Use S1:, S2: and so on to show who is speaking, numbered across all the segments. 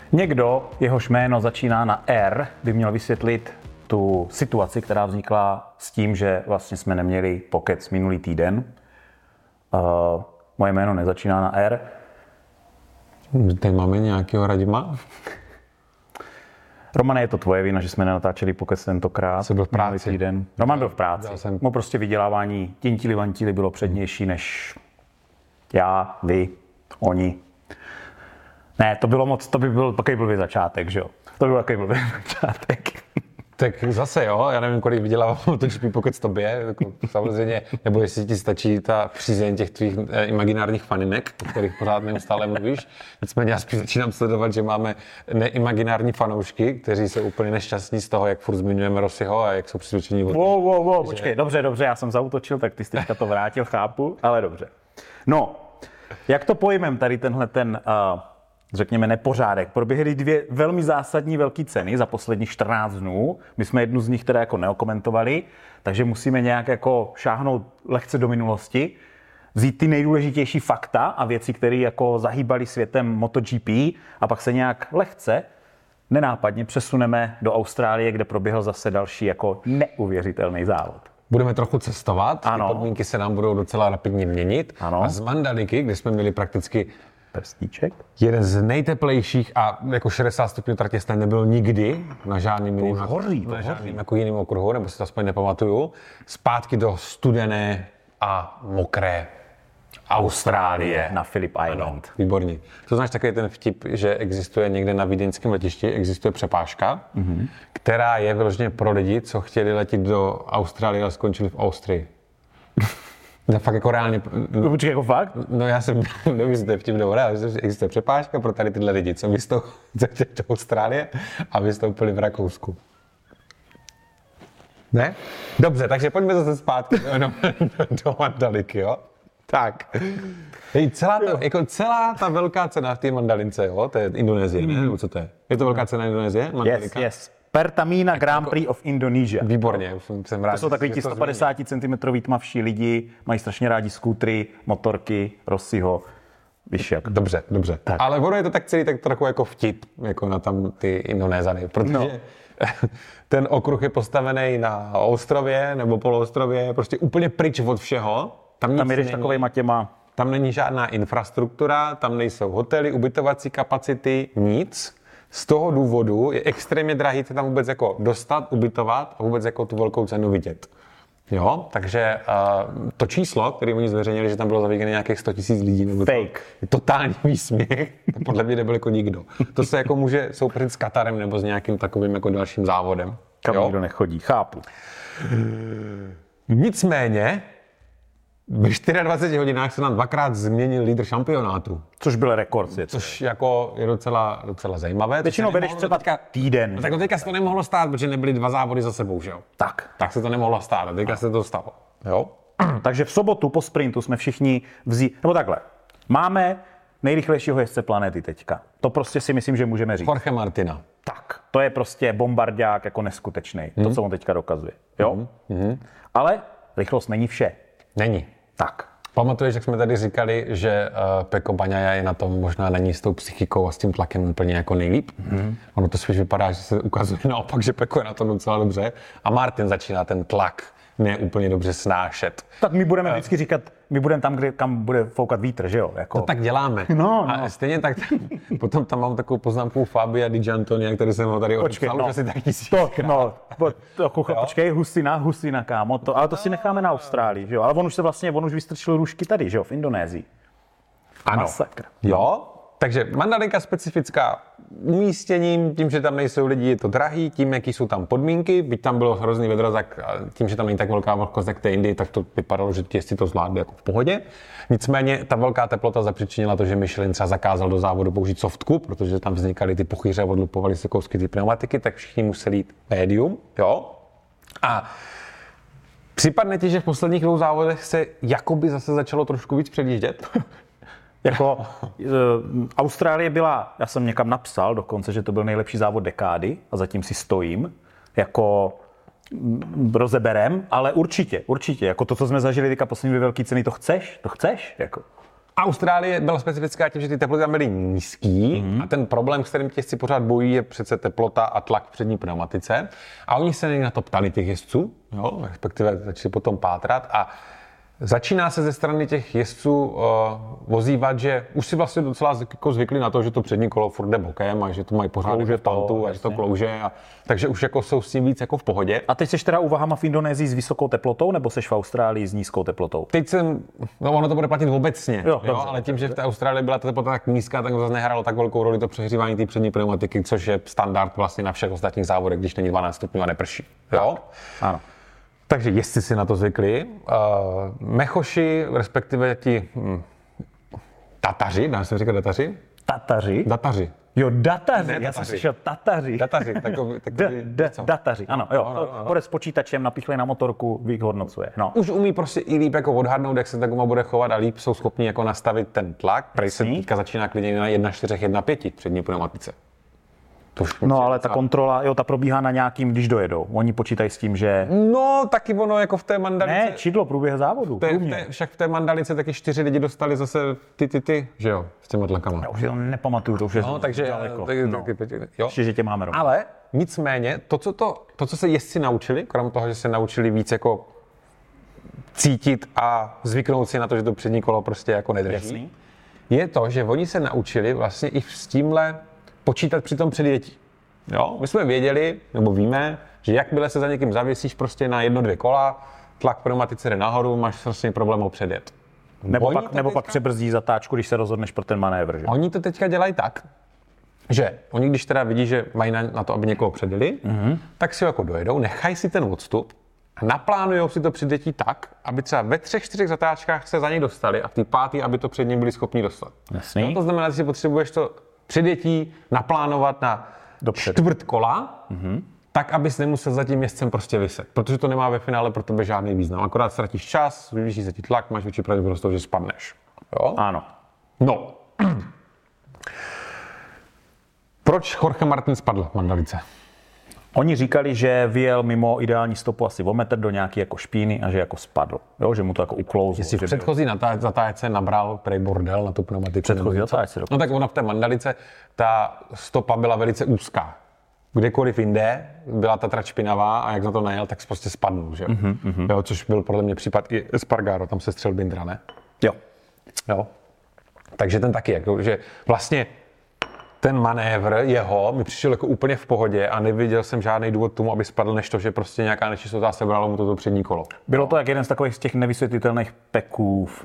S1: Někdo, jehož jméno začíná na R, by měl vysvětlit tu situaci, která vznikla s tím, že vlastně jsme neměli pokec minulý týden. Moje jméno nezačíná na R.
S2: Tady máme nějakého Radima?
S1: Romane, je to tvoje vina, že jsme nenatáčeli pokec tentokrát.
S2: Jsi byl v práci.
S1: Týden. Roman byl v práci. Mu prostě vydělávání tintili vantili bylo přednější než já, vy, oni. Ne, to bylo moc, to by byl takový blbý začátek, že jo? To by byl takový blbý začátek.
S2: Tak zase jo, já nevím, kolik vydělávám točný pokec tobě, jako samozřejmě, nebo jestli ti stačí ta přízeň těch tvých imaginárních faninek, o kterých pořád neustále mluvíš. Nicméně já spíš začínám sledovat, že máme neimaginární fanoušky, kteří jsou úplně nešťastní z toho, jak furt zmiňujeme Rossiho a jak jsou přesvědčení o tom.
S1: Wow, počkej, dobře, já jsem zaútočil, tak ty jsi teďka to vrátil, chápu, ale dobře. No, jak to pojmem tady tenhle řekněme nepořádek. Proběhly dvě velmi zásadní velké ceny za posledních 14 dnů. My jsme jednu z nich teda jako neokomentovali, takže musíme nějak jako šáhnout lehce do minulosti, vzít ty nejdůležitější fakta a věci, které jako zahýbaly světem MotoGP a pak se nějak lehce, nenápadně přesuneme do Austrálie, kde proběhl zase další jako neuvěřitelný závod.
S2: Budeme trochu cestovat,
S1: ano.
S2: Ty podmínky se nám budou docela rapidně měnit.
S1: Ano.
S2: A z Mandaliky, kde jsme měli prakticky
S1: prstíček,
S2: jeden z nejteplejších a jako 60 stupňů tratě jste nebyl nikdy na žádným žádným jako jiným okruhu, nebo si to aspoň nepamatuju. Zpátky do studené a mokré Austrálie.
S1: Na Phillip Island.
S2: Ano, výborně. To znáš takový ten vtip, že existuje někde na vídeňském letišti, existuje přepážka, která je vyloženě pro lidi, co chtěli letět do Austrálie a skončili v Austrii. To fakt jako reálně...
S1: Počkej, jako fakt?
S2: No já jsem, nevím, jestli to je vtip nebo ne, ale existuje přepážka pro tady tyhle lidi, co vystoupili do Austrálie a vystoupili v Rakousku. Ne? Dobře, takže pojďme zase zpátky do Mandaliky, jo? Tak. Celá ta velká cena v té Mandalince, jo? To je Indonésie, ne? Nebo co to je? Je to velká cena Indonésie? Mandalika?
S1: Yes. Pertamina Grand Prix of Indonesia.
S2: Výborně, jsem rád.
S1: To jsou takový ti 150 cm tmavší lidi, mají strašně rádi skútry, motorky, Rossiho, víš jak.
S2: Dobře. Tak. Ale ono je to tak celý tak trochu jako vtip, jako na tam ty Indonézany, protože ten okruh je postavený na ostrově nebo poloostrově, prostě úplně pryč od všeho.
S1: Tam jedeš takovejma těma...
S2: Tam není žádná infrastruktura, tam nejsou hotely, ubytovací kapacity, nic. Z toho důvodu je extrémně drahý se tam vůbec jako dostat, ubytovat a vůbec jako tu velkou cenu vidět. Jo, takže to číslo, které oni zveřejnili, že tam bylo za víkend nějakých 100 000 lidí, nebo
S1: fake.
S2: Je totální výsměch, podle mě nebyl jako nikdo. To se jako může soupeřit s Katarem nebo s nějakým takovým jako dalším závodem.
S1: Kam nikdo nechodí, chápu.
S2: Nicméně, ve 24 hodinách se nám dvakrát změnil lídr šampionátu.
S1: Což byl rekord.
S2: Což jako je docela zajímavé.
S1: Většinou vedeš třeba týden.
S2: No tak teďka se to nemohlo stát, protože nebyly dva závody za sebou, že jo? Tak se to nemohlo stát a teďka se to stalo. Jo?
S1: Takže v sobotu po sprintu jsme všichni nebo takhle. Máme nejrychlejšího jezdce planety teďka. To prostě si myslím, že můžeme říct.
S2: Jorge Martina.
S1: Tak, to je prostě bombardák jako neskutečný. To, co on teďka dokazuje. Jo? Ale rychlost není vše.
S2: Není.
S1: Tak.
S2: Pamatuješ, jak jsme tady říkali, že Pecco Bagnaia je na tom možná není s tou psychikou a s tím tlakem úplně jako nejlíp. Ono to spíš vypadá, že se ukazuje naopak, že Pecco je na tom docela dobře a Martin začíná ten tlak ne úplně dobře snášet.
S1: Tak my budeme vždycky říkat, my budeme tam, kam bude foukat vítr, že jo? Jako...
S2: To tak děláme.
S1: No.
S2: A stejně tak, potom tam mám takovou poznámku Fabia Di Giantonia, který jsem ho tady odpsal, že si tak
S1: počkej, husina, kámo, ale to si necháme na Austrálii, že jo? Ale on už vystrčil růžky tady, že jo, v Indonésii.
S2: Ano.
S1: Masakr.
S2: Jo, takže Mandalika specifická umístěním, tím, že tam nejsou lidi, je to drahý, tím, jaký jsou tam podmínky, byť tam bylo hrozný vedro, tak tím, že tam není tak velká vlhkost jak té Indii, tak to vypadalo, že ti to zvládli jako v pohodě. Nicméně ta velká teplota zapříčinila to, že Michelin třeba zakázal do závodu použít softku, protože tam vznikaly ty puchyře a odlupovaly se kousky ty pneumatiky, tak všichni museli jít médium, jo. A připadne ti, že v posledních dvou závodech se jakoby zase začalo trošku víc předjíždět?
S1: Jako Austrálie byla, já jsem někam napsal dokonce, že to byl nejlepší závod dekády a zatím si stojím, jako rozeberem, ale určitě, jako to, co jsme zažili teďka poslední velké ceny, to chceš, jako.
S2: Austrálie byla specifická tím, že ty teploty tam byly nízký a ten problém, s kterým jezdci pořád bojují, je přece teplota a tlak v přední pneumatice. A oni se na to ptali těch jezdců, jo, respektive začali potom pátrat a začíná se ze strany těch jezdců ozývat, že už si vlastně docela jako zvykli na to, že to přední kolo furt jde bokem a že to mají pořád klouže v pantu a že to klouže. Takže už jako jsou s tím víc jako v pohodě.
S1: A teď seš teda u Vahama v Indonésii s vysokou teplotou, nebo seš v Austrálii s nízkou teplotou?
S2: Teď ono to bude platit obecně,
S1: jo,
S2: ale tím, že v té Austrálii byla ta teplota tak nízká, tak zase nehrálo tak velkou roli to přehřívání té přední pneumatiky, což je standard vlastně na všech ostatních závodech, když není 12 stupňů a neprší. Jo?
S1: Ano.
S2: Takže jezdci si na to zvykli. Mechoši, respektive ti Tataři, dá se říkat Dataři?
S1: Tataři?
S2: Dataři.
S1: Jo, dataři.
S2: Ne,
S1: Já jsem slyšel Tataři.
S2: Dataři,
S1: Dataři, ano, jo. Půjde s počítačem, napíchle na motorku, vyhodnocuje. No.
S2: Už umí prostě i líp jako odhadnout, jak se ta guma bude chovat a líp jsou schopni jako nastavit ten tlak. Prej se teďka začíná klidně na 1.4, 1.5 přední pneumatice.
S1: No ale ta kontrola, jo, ta probíhá na nějakým, když dojedou. Oni počítají s tím, že...
S2: No, taky ono jako v té mandalice...
S1: Ne, čidlo, průběh závodu.
S2: Však v té mandalice taky 4 lidi dostali zase ty, že jo, s těma tlakama.
S1: Já už to nepamatuju, to už je
S2: takže
S1: daleko.
S2: Jo.
S1: Ještě, že tě máme rovnou.
S2: Ale nicméně, to, co se jezdci naučili, krom toho, že se naučili víc jako cítit a zvyknout si na to, že to přední kolo prostě jako nedrží,
S1: Jasný.
S2: je to, že oni se naučili vlastně i s tímhle počítat při tom předjetí. Jo? My jsme věděli, nebo víme, že jakmile se za někým zavěsíš prostě na 1-2 kola, tlak pneumatice jde nahoru, máš vlastně problém ho předjet.
S1: Nebo pak přebrzdí zatáčku, když se rozhodneš pro ten manévr. Že?
S2: Oni to teďka dělají tak, že oni když teda vidí, že mají na to, aby někoho předjeli, tak si ho jako dojedou, nechají si ten odstup a naplánujou si to předjetí tak, aby třeba ve 3-4 zatáčkách se za něj dostali a v té páté, aby to před ním byli schopni dostat.
S1: Jasný.
S2: To znamená, že si potřebuješ to předjetí naplánovat na čtvrt kola, tak, abys nemusel za tím jezdcem prostě vyset. Protože to nemá ve finále pro tebe žádný význam. Akorát ztratíš čas, vyvíší se ti tlak, máš větší pravděpodobnost toho, že spadneš. Jo?
S1: Ano.
S2: No. Proč Jorge Martin spadl v mandalice?
S1: Oni říkali, že vyjel mimo ideální stopu asi o metr do nějaký jako špíny a že jako spadl. Jo, že mu to jako uklouzlo.
S2: Jestli v předchozí zatáčce nabral prej bordel na tu pneumatiku.
S1: Předchozí zatáčce.
S2: No tak ona v té mandalice, ta stopa byla velice úzká. Kdekoliv jinde byla ta trať špinavá a jak na to najel, tak prostě spadnul, že jo? Což byl podle mě případ i Espargaro, tam se střel Bindra, ne? Jo. Takže ten taky, jako, že vlastně ten manévr jeho mi přišel jako úplně v pohodě a neviděl jsem žádný důvod tomu, aby spadl, než to, že prostě nějaká nečistota sebrala mu toto přední kolo.
S1: Bylo to jak jeden z takových z těch nevysvětlitelných pekův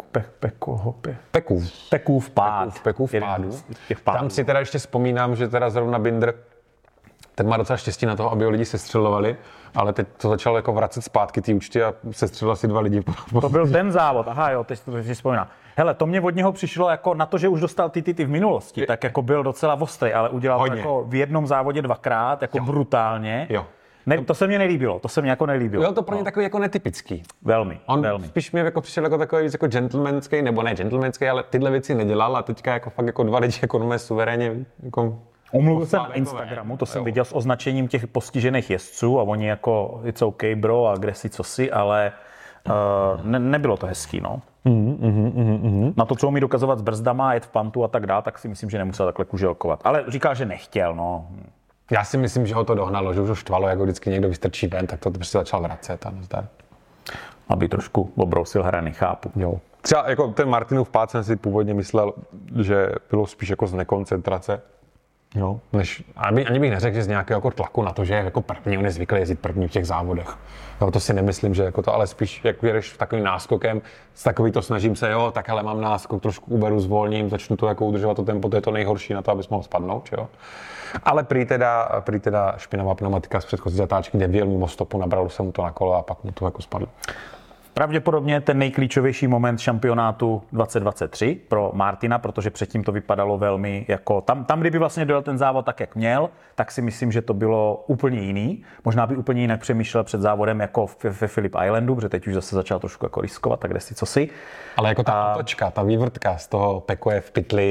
S1: pád.
S2: Tam si teda ještě vzpomínám, že teda zrovna Binder, ten má docela štěstí na to, aby ho lidi sestřelovali, ale teď to začalo jako vracet zpátky ty účty a sestřelil asi 2 lidi.
S1: To byl ten závod, aha jo, teď si vzpomínám. Hele, to mě od něho přišlo jako na to, že už dostal ty v minulosti, tak jako byl docela ostrý, ale udělal to jako v jednom závodě 2krát, jako brutálně.
S2: Jo.
S1: Ne, to se mně nelíbilo,
S2: Byl to pro ně takový jako netypický.
S1: Velmi.
S2: Spíš mě jako přišel jako takový jako gentlemanský, nebo ne gentlemanský, ale tyhle věci nedělal a teďka jako fakt jako 2 lidi jako suverénně jako...
S1: Omluvil se na Instagramu, to jsem viděl s označením těch postižených jezdců a oni jako it's okay bro a kde si co si, ale nebylo to hezký, no. Na to, co umí dokazovat s brzdama, jet v pantu a tak dál, tak si myslím, že nemusel takhle kuželkovat. Ale říkal, že nechtěl, no.
S2: Já si myslím, že ho to dohnalo, že už ho štvalo, jako vždycky někdo vystrčí ven, tak to prostě začal vracet a nezdar.
S1: Aby trošku obrousil hrany, chápu.
S2: Jo. Třeba jako ten Martinův pád jsem si původně myslel, že bylo spíš jako z nekoncentrace. Jo. Ani bych neřekl, že z nějakého jako tlaku na to, že jako první, on je zvyklý jezdit první v těch závodech. Jo, to si nemyslím, že jako to, ale spíš jak jedeš takovým náskokem, s takový to snažím se, jo, tak hele, mám náskok, trošku uberu, zvolním, začnu to jako udržovat to tempo, to je to nejhorší na to, abys mohl spadnout, jo. Ale prý teda špinavá pneumatika z předchozí zatáčky, kde vyjel mimo stopu, nabral se mu to na kolo a pak mu to jako spadlo.
S1: Pravděpodobně ten nejklíčovější moment šampionátu 2023 pro Martina, protože předtím to vypadalo velmi jako tam kdyby vlastně dojel ten závod tak, jak měl, tak si myslím, že to bylo úplně jiný. Možná by úplně jinak přemýšlel před závodem jako ve Phillip Islandu, protože teď už zase začal trošku jako riskovat, tak kde si co si.
S2: Ale jako ta otočka, ta vývrtka z toho Pekoje v pytli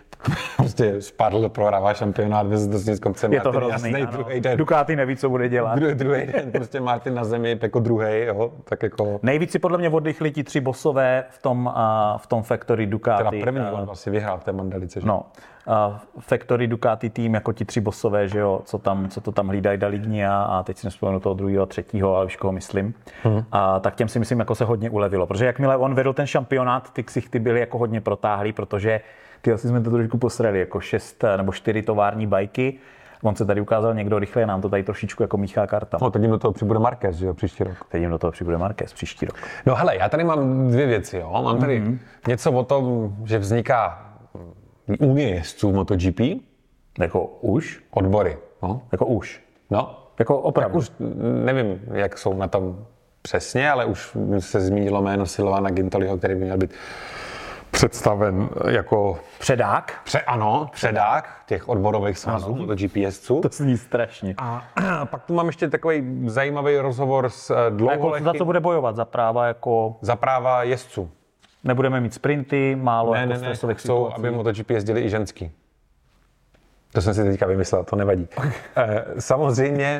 S2: prostě spadl, prohrává šampionát, s koncem
S1: Je to
S2: Martin
S1: hrozný,
S2: jasnej,
S1: ano.
S2: druhý den.
S1: Ducati neví, co bude dělat.
S2: Druhý den, prostě Martin na zemi jako druhý, jo, tak jako...
S1: Nejvíc si podle mě oddychli ti 3 bosové v tom Factory Ducati.
S2: Teda první on vlastně vyhrál v té Mandalice, že?
S1: No, Factory Ducati tým jako ti 3 bosové, že jo, co to tam hlídají Daligny a teď si nespomenu toho druhého a třetího, ale už koho myslím. Tak těm si myslím, jako se hodně ulevilo, protože jakmile on vedl ten šampionát, ty ksichty byly jako hodně protáhlý, protože ty asi jsme to trošku posrali, jako 6 nebo 4 tovární bajky. On se tady ukázal někdo rychle, nám to tady trošičku jako míchá karta.
S2: No, teď jim do toho přibude Marquez, že jo, příští rok.
S1: Teď jim do toho přibude Marquez příští rok.
S2: No hele, já tady mám 2 věci, jo. Mám tady něco o tom, že vzniká unie jezdců MotoGP.
S1: Jako už?
S2: Odbory, no.
S1: Jako už.
S2: No.
S1: Jako opravdu.
S2: Už nevím, jak jsou na tom přesně, ale už se zmínilo jméno Silvana Gintoliho, který by měl být představen jako...
S1: Předák?
S2: Předák těch odborových svazů MotoGP jezdců.
S1: To zní strašně.
S2: A pak tu mám ještě takový zajímavý rozhovor s dlouholetým...
S1: Za co bude bojovat? Za práva jako...
S2: Za práva jezdců.
S1: Nebudeme mít sprinty, málo
S2: Ne,
S1: stresových
S2: chcou,
S1: situací.
S2: aby MotoGP jezdili i ženský. To jsem si teďka vymyslel, to nevadí. Samozřejmě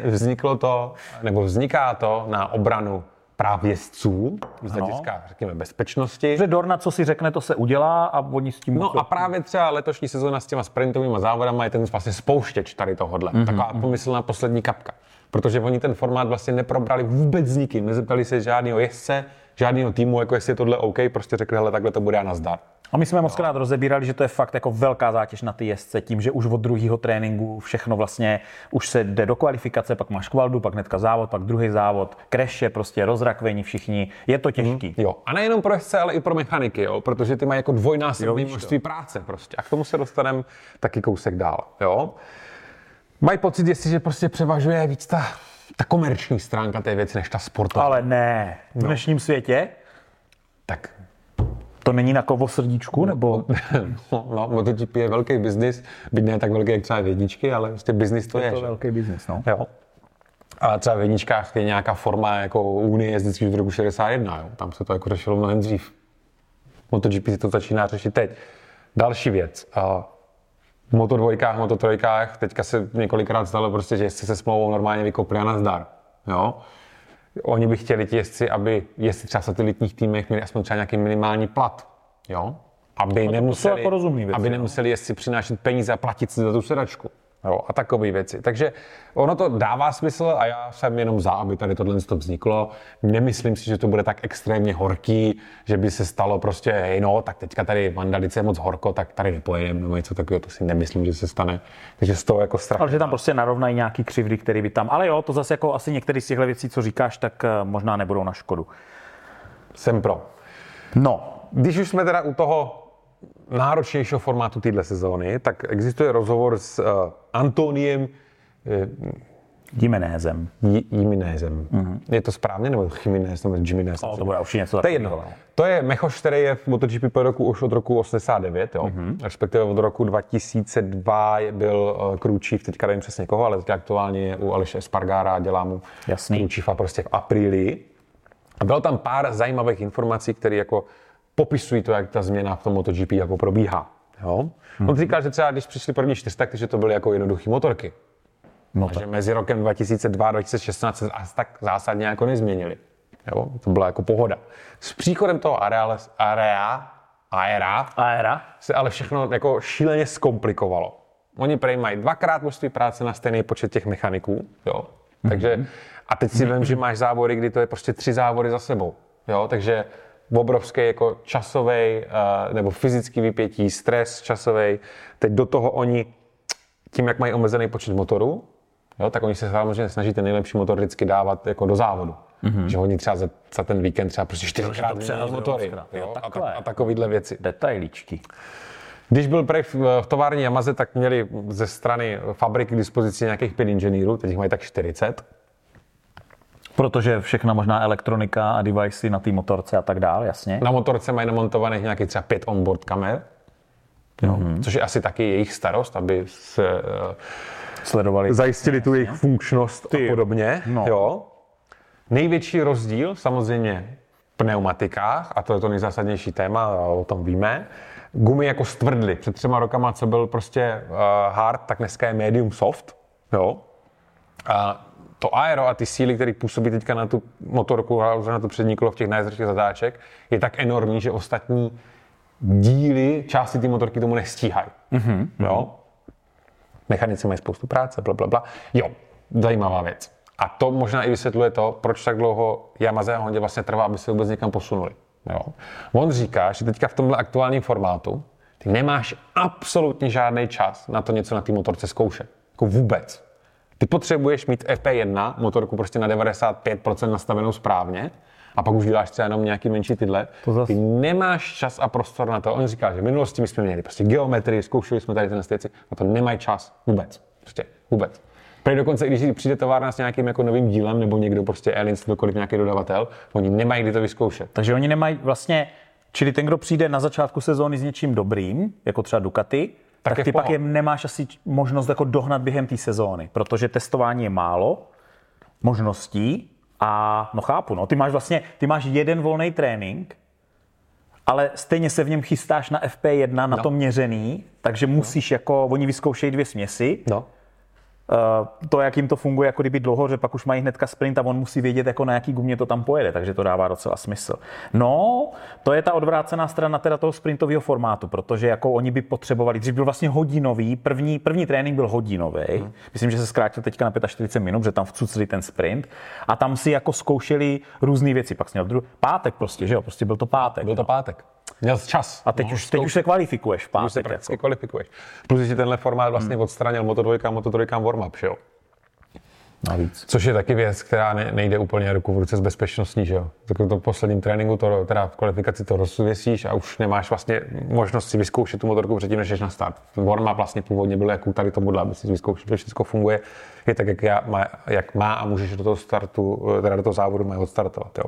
S2: vzniká to na obranu práv jezdců, z hlediska, řekněme, bezpečnosti.
S1: Že Dorna, co si řekne, to se udělá a oni s tím...
S2: No a právě třeba letošní sezóna s těma sprintovými závodama je ten vlastně spouštěč tady tohodle. Taková pomyslná poslední kapka. Protože oni ten formát vlastně neprobrali vůbec s nikým. Nezeptali se žádného jezdce, žádného týmu, jako jestli je tohle OK, prostě řekli, hele, takhle to bude a nazdar.
S1: A my jsme mockrát rozebírali, že to je fakt jako velká zátěž na ty jezdce, tím, že už od druhého tréninku všechno vlastně už se jde do kvalifikace, pak máš kvaldu, pak hnedka závod, pak druhý závod, kreše, prostě rozrakvení všichni, je to těžký.
S2: Jo, a nejenom pro jezdce, ale i pro mechaniky, jo, protože ty mají jako dvojnásobné množství práce prostě. A k tomu se dostaneme taky kousek dál, jo. Mají pocit, že prostě převažuje víc ta komerční stránka té věci, než ta sportová.
S1: Ale ne, v dnešním světě
S2: Tak
S1: to není na kovo srdíčku, nebo?
S2: No, MotoGP je velký biznis, byť ne tak velký, jak třeba v jedničky, ale prostě biznis to je.
S1: Je to velký biznis, no.
S2: Jo. A třeba v jedničkách je nějaká forma jako Unie jezdeckých v roku 61, jo. Tam se to jako řešilo mnohem dřív. MotoGP si to začíná řešit teď. Další věc. V Moto2, Moto3 teďka se několikrát stalo prostě, že jezdci se smlouvou normálně vykopli a nazdar. Jo. Oni by chtěli ti jezdci, aby jezdci třeba v satelitních týmech měli aspoň třeba nějaký minimální plat. Jo. Aby nemuseli jezdci přinášet peníze a platit si za tu sedačku. Jo, a takové věci. Takže ono to dává smysl a já jsem jenom za, aby tady tohle vzniklo. Nemyslím si, že to bude tak extrémně horký, že by se stalo prostě, hej no, tak teďka tady v Mandalice je moc horko, tak tady nepojedeme, nebo něco takového, to si nemyslím, že se stane. Takže z toho jako strach.
S1: Ale že tam prostě narovnají nějaký křivdy, který by tam, ale jo, to zase jako asi některé z těchto věcí, co říkáš, tak možná nebudou na škodu.
S2: Jsem pro.
S1: No.
S2: Když už jsme teda u toho náročnějšího formátu téhle sezóny, tak existuje rozhovor s Antoniem
S1: Jiménezem.
S2: Jiménezem. Je to správně, nebo Jiménez, nebo Jiménez?
S1: To bude určitě něco
S2: takového. To je jedno. To je mechoš, který je v MotoGP po roku už od roku 89, jo. Respektive od roku 2002 byl crew chief, teďka nevím přesně koho, ale aktuálně je u Aleše Espargara a dělá mu crew chiefa prostě v apríli. A bylo tam pár zajímavých informací, které jako popisují to, jak ta změna v tom MotoGP jako probíhá. Jo? On říkal, že třeba když přišli první 400, že to byly jako jednoduché motorky. No že mezi rokem 2002 a 2016 se tak zásadně jako nezměnili. Jo? To byla jako pohoda. S příchodem toho Aera se ale všechno jako šíleně zkomplikovalo. Oni prej mají 2x množství práce na stejný počet těch mechaniků. Jo? Takže, a teď si vem, že máš závody, kdy to je prostě 3 závody za sebou. Jo? Takže obrovský jako časový nebo fyzický vypětí, stres časový. Teď do toho oni, tím jak mají omezený počet motorů, jo, tak oni se samozřejmě snaží ten nejlepší motor vždycky dávat jako do závodu. Že oni třeba za ten víkend třeba prostě 4krát mění motory. Jo, a takovýhle věci.
S1: Detailíčky.
S2: Když byl prej v továrně Yamaze, tak měli ze strany fabriky k dispozici nějakých 5 inženýrů, teď jich mají tak 40.
S1: Protože všechna možná elektronika a devicey na té motorce a tak dále, jasně.
S2: Na motorce mají namontovaných nějakých třeba 5 onboard kamer, jo, což je asi taky jejich starost, aby se
S1: sledovali,
S2: zajistili tu jejich funkčnost a podobně. No. Jo. Největší rozdíl samozřejmě v pneumatikách, a to je to nejzásadnější téma, a o tom víme, gumy jako stvrdly. Před 3 rokama, co byl prostě hard, tak dneska je medium soft. Jo? A to aero a ty síly, které působí teďka na tu motorku a na to přední kolo v těch najezřích zatáček, je tak enormní, že ostatní díly, části té motorky tomu nestíhají. Jo? Mechanici mají spoustu práce, blablabla. Jo, zajímavá věc. A to možná i vysvětluje to, proč tak dlouho Yamaze a Hondě vlastně trvá, aby se vůbec někam posunuli. Jo? On říká, že teďka v tomhle aktuálním formátu ty nemáš absolutně žádný čas na to něco na té motorce zkoušet. Jako vůbec. Ty potřebuješ mít FP1, motorku prostě na 95% nastavenou správně, a pak už děláš třeba jenom nějaký menší tyhle. Ty nemáš čas a prostor na to. On říká, že v minulosti my jsme měli prostě geometrii, zkoušeli jsme tady tyhle věci, na to nemají čas vůbec. Prostě vůbec. Prý dokonce, když přijde továrna s nějakým jako novým dílem, nebo někdo prostě Aliens, kdokoliv nějaký dodavatel, oni nemají kdy to vyzkoušet.
S1: Takže oni nemají vlastně, čili ten, kdo přijde na začátku sezóny s něčím dobrým, jako třeba Ducati, tak ty pak nemáš asi možnost jako dohnat během té sezóny, protože testování je málo možností a no chápu, no, ty máš jeden volný trénink, ale stejně se v něm chystáš na FP1, na to měřený, takže musíš jako, oni vyzkoušejí 2 směsi.
S2: No.
S1: To, jak jim to funguje, jako kdyby dlouho, že pak už mají hnedka sprint a on musí vědět, jako na jaký gumě to tam pojede, takže to dává docela smysl. No, to je ta odvrácená strana teda toho sprintového formátu, protože jako oni by potřebovali, dřív byl vlastně hodinový, první trénink byl hodinový, myslím, že se zkrátil teďka na 45 minut, že tam vcucli ten sprint a tam si jako zkoušeli různé věci, pak jsi měl pátek prostě, že jo, prostě byl to pátek.
S2: Byl to pátek. Měl čas.
S1: A teď už se kvalifikuješ v pátek.
S2: Už se prakticky kvalifikuješ. Plus ještě tenhle formát vlastně odstranil Moto2 a Moto3 warm-up, že jo?
S1: Navíc.
S2: Což je taky věc, která nejde úplně ruku v ruce s bezpečnostní, že jo? Tak v posledním tréninku, teda v kvalifikaci to rozvěsíš a už nemáš vlastně možnost si vyzkoušet tu motorku předtím, než jdeš na start. Warm-up vlastně původně byl jako tady tomuhle, aby si vyzkoušel, že všechno funguje, je tak, jak má a můžeš do toho startu, teda do toho závodu mají odstartovat, jo?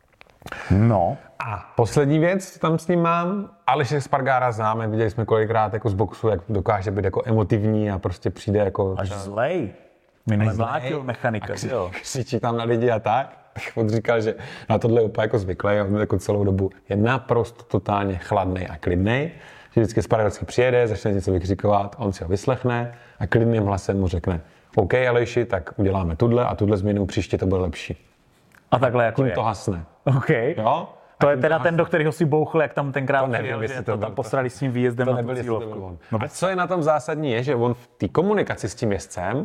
S1: No.
S2: A poslední věc, tam s ním mám, Aleše Spargára známe, viděli jsme kolikrát jako z boxu, jak dokáže být jako emotivní a prostě přijde jako...
S1: Až zlej. Mi nezvlátil mechanika, jo.
S2: Křičí tam na lidi a tak. On říkal, že na tohle je úplně jako zvyklý a on jako celou dobu je naprosto totálně chladnej a klidnej. Že vždycky Spargarsky přijede, začne něco vykřikovat, on si ho vyslechne a klidným hlasem mu řekne OK, Aleši, tak uděláme tuhle a tuhle změnu, příště to bude lepší.
S1: A takhle jako
S2: tím to hasne.
S1: OK.
S2: Jo?
S1: To je teda ten, do kterého si bouchl, jak tam tenkrát
S2: nevím,
S1: že to tam posrali s tím výjezdem
S2: to
S1: na
S2: nebyl,
S1: tu cílovku.
S2: No, a co je na tom zásadní je, že on v té komunikaci s tím jezdcem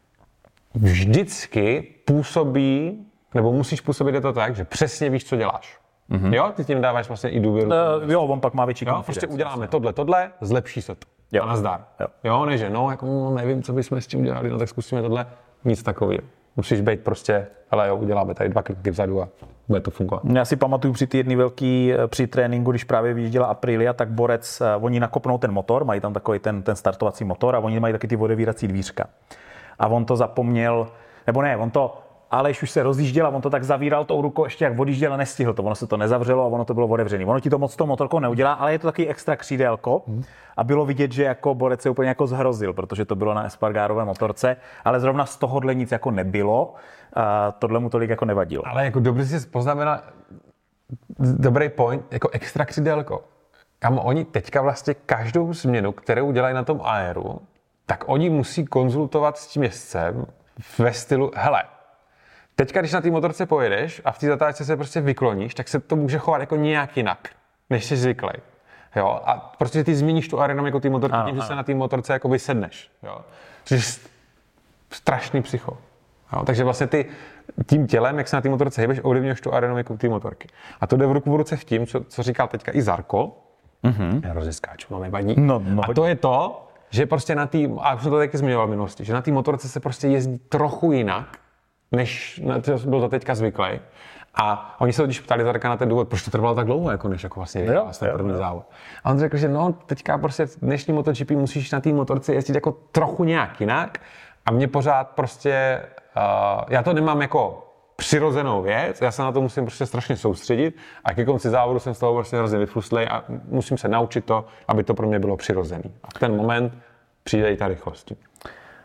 S2: vždycky působí, nebo musíš působit je to tak, že přesně víš, co děláš. Jo? Ty tím dáváš vlastně i důvěru.
S1: Jo, on pak má větší
S2: konfidenci. Prostě uděláme tohle, zlepší se to. Jo. A nazdar. Jo, ne, že no, jako nevím, co bychom s tím udělali, no tak zkusíme tohle. Nic takového. Musíš být prostě, ale jo, uděláme tady 2 kliky vzadu a bude to fungovat.
S1: Já si pamatuju při ty jedný velký, při tréninku, když právě vyjížděla Aprilia, tak borec, oni nakopnou ten motor, mají tam takový ten startovací motor a oni mají taky ty odevírací dvířka. A on to zapomněl, nebo ne, Aleš už se rozjížděl a on to tak zavíral tou rukou, ještě jak odjížděl a nestihl to. Ono se to nezavřelo a ono to bylo otevřené. Ono ti to moc tou motorkou neudělá, ale je to taky extra křídélko a bylo vidět, že jako borec se úplně jako zhrozil, protože to bylo na Espargarové motorce, ale zrovna z tohohle nic jako nebylo. A tohle mu tolik jako nevadilo.
S2: Ale jako dobře si poznamenal, dobrý point, jako extra křídélko. Kam oni teďka vlastně každou změnu, kterou dělají na tom aeru, tak oni musí konzultovat s tím jezdcem ve stylu, hele, teďka, když na té motorce pojedeš a v té zatáčce se prostě vykloníš, tak se to může chovat jako nějak jinak, než jsi zvyklý. Jo? A prostě ty změníš tu aerodynamiku té motorky tím, že se na té motorce jako vysedneš. Jo? Což je strašný psycho. Jo? Takže vlastně ty tím tělem, jak se na té motorce hýbeš, ovlivňuješ tu aerodynamiku té motorky. A to jde v ruku v ruce v tím, co říkal teďka i Zarko. Já rozeskáču, no nevadí. A to je to, že prostě na té, a už jsem to taky zmiňoval v minulosti, že na té motorce se prostě jezdí trochu jinak, než byl to teďka zvyklý. A oni se když ptali Zarka na ten důvod, proč to trvalo tak dlouho, jako než jako vlastně vyhrál ten první závod. A on řekl, že no, teďka prostě v dnešní MotoGP musíš na té motorce jezdit jako trochu nějak jinak. A mě pořád prostě, já to nemám jako přirozenou věc, já se na to musím prostě strašně soustředit a ke konci závodu jsem z toho prostě hrozně vyflustlej a musím se naučit to, aby to pro mě bylo přirozený. A v ten moment přijde i ta rychlost.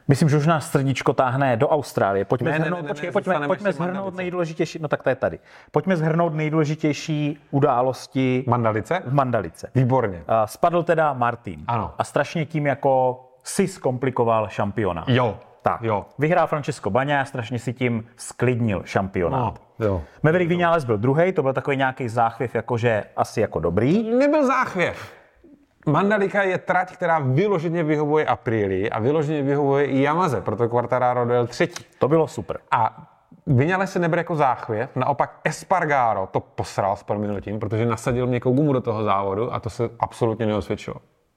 S1: Myslím, že už nás srdíčko táhne do Austrálie. Pojďme
S2: Ne,
S1: shrnout nejdůležitější, no tak to je tady. Pojďme shrnout nejdůležitější události v Mandalice.
S2: Výborně.
S1: Spadl teda Martin.
S2: Ano.
S1: A strašně tím jako si zkomplikoval šampionát.
S2: Jo.
S1: Tak.
S2: Jo.
S1: Vyhrál Francesco Bagnaia a strašně si tím sklidnil šampionát.
S2: No, jo.
S1: Maverick Viñales byl druhý, to byl takový nějaký záchvěv, jakože asi jako dobrý.
S2: Nebyl záchvěv. Mandalika je trať, která vyloženě vyhovuje Aprilii a vyloženě vyhovuje i Yamaze, proto Quartararo dojel třetí.
S1: To bylo super.
S2: A Viñales se nebere jako záchvěv, naopak Espargaro to posral s prominutím, protože nasadil měkkou gumu do toho závodu a to se absolutně neosvědčilo.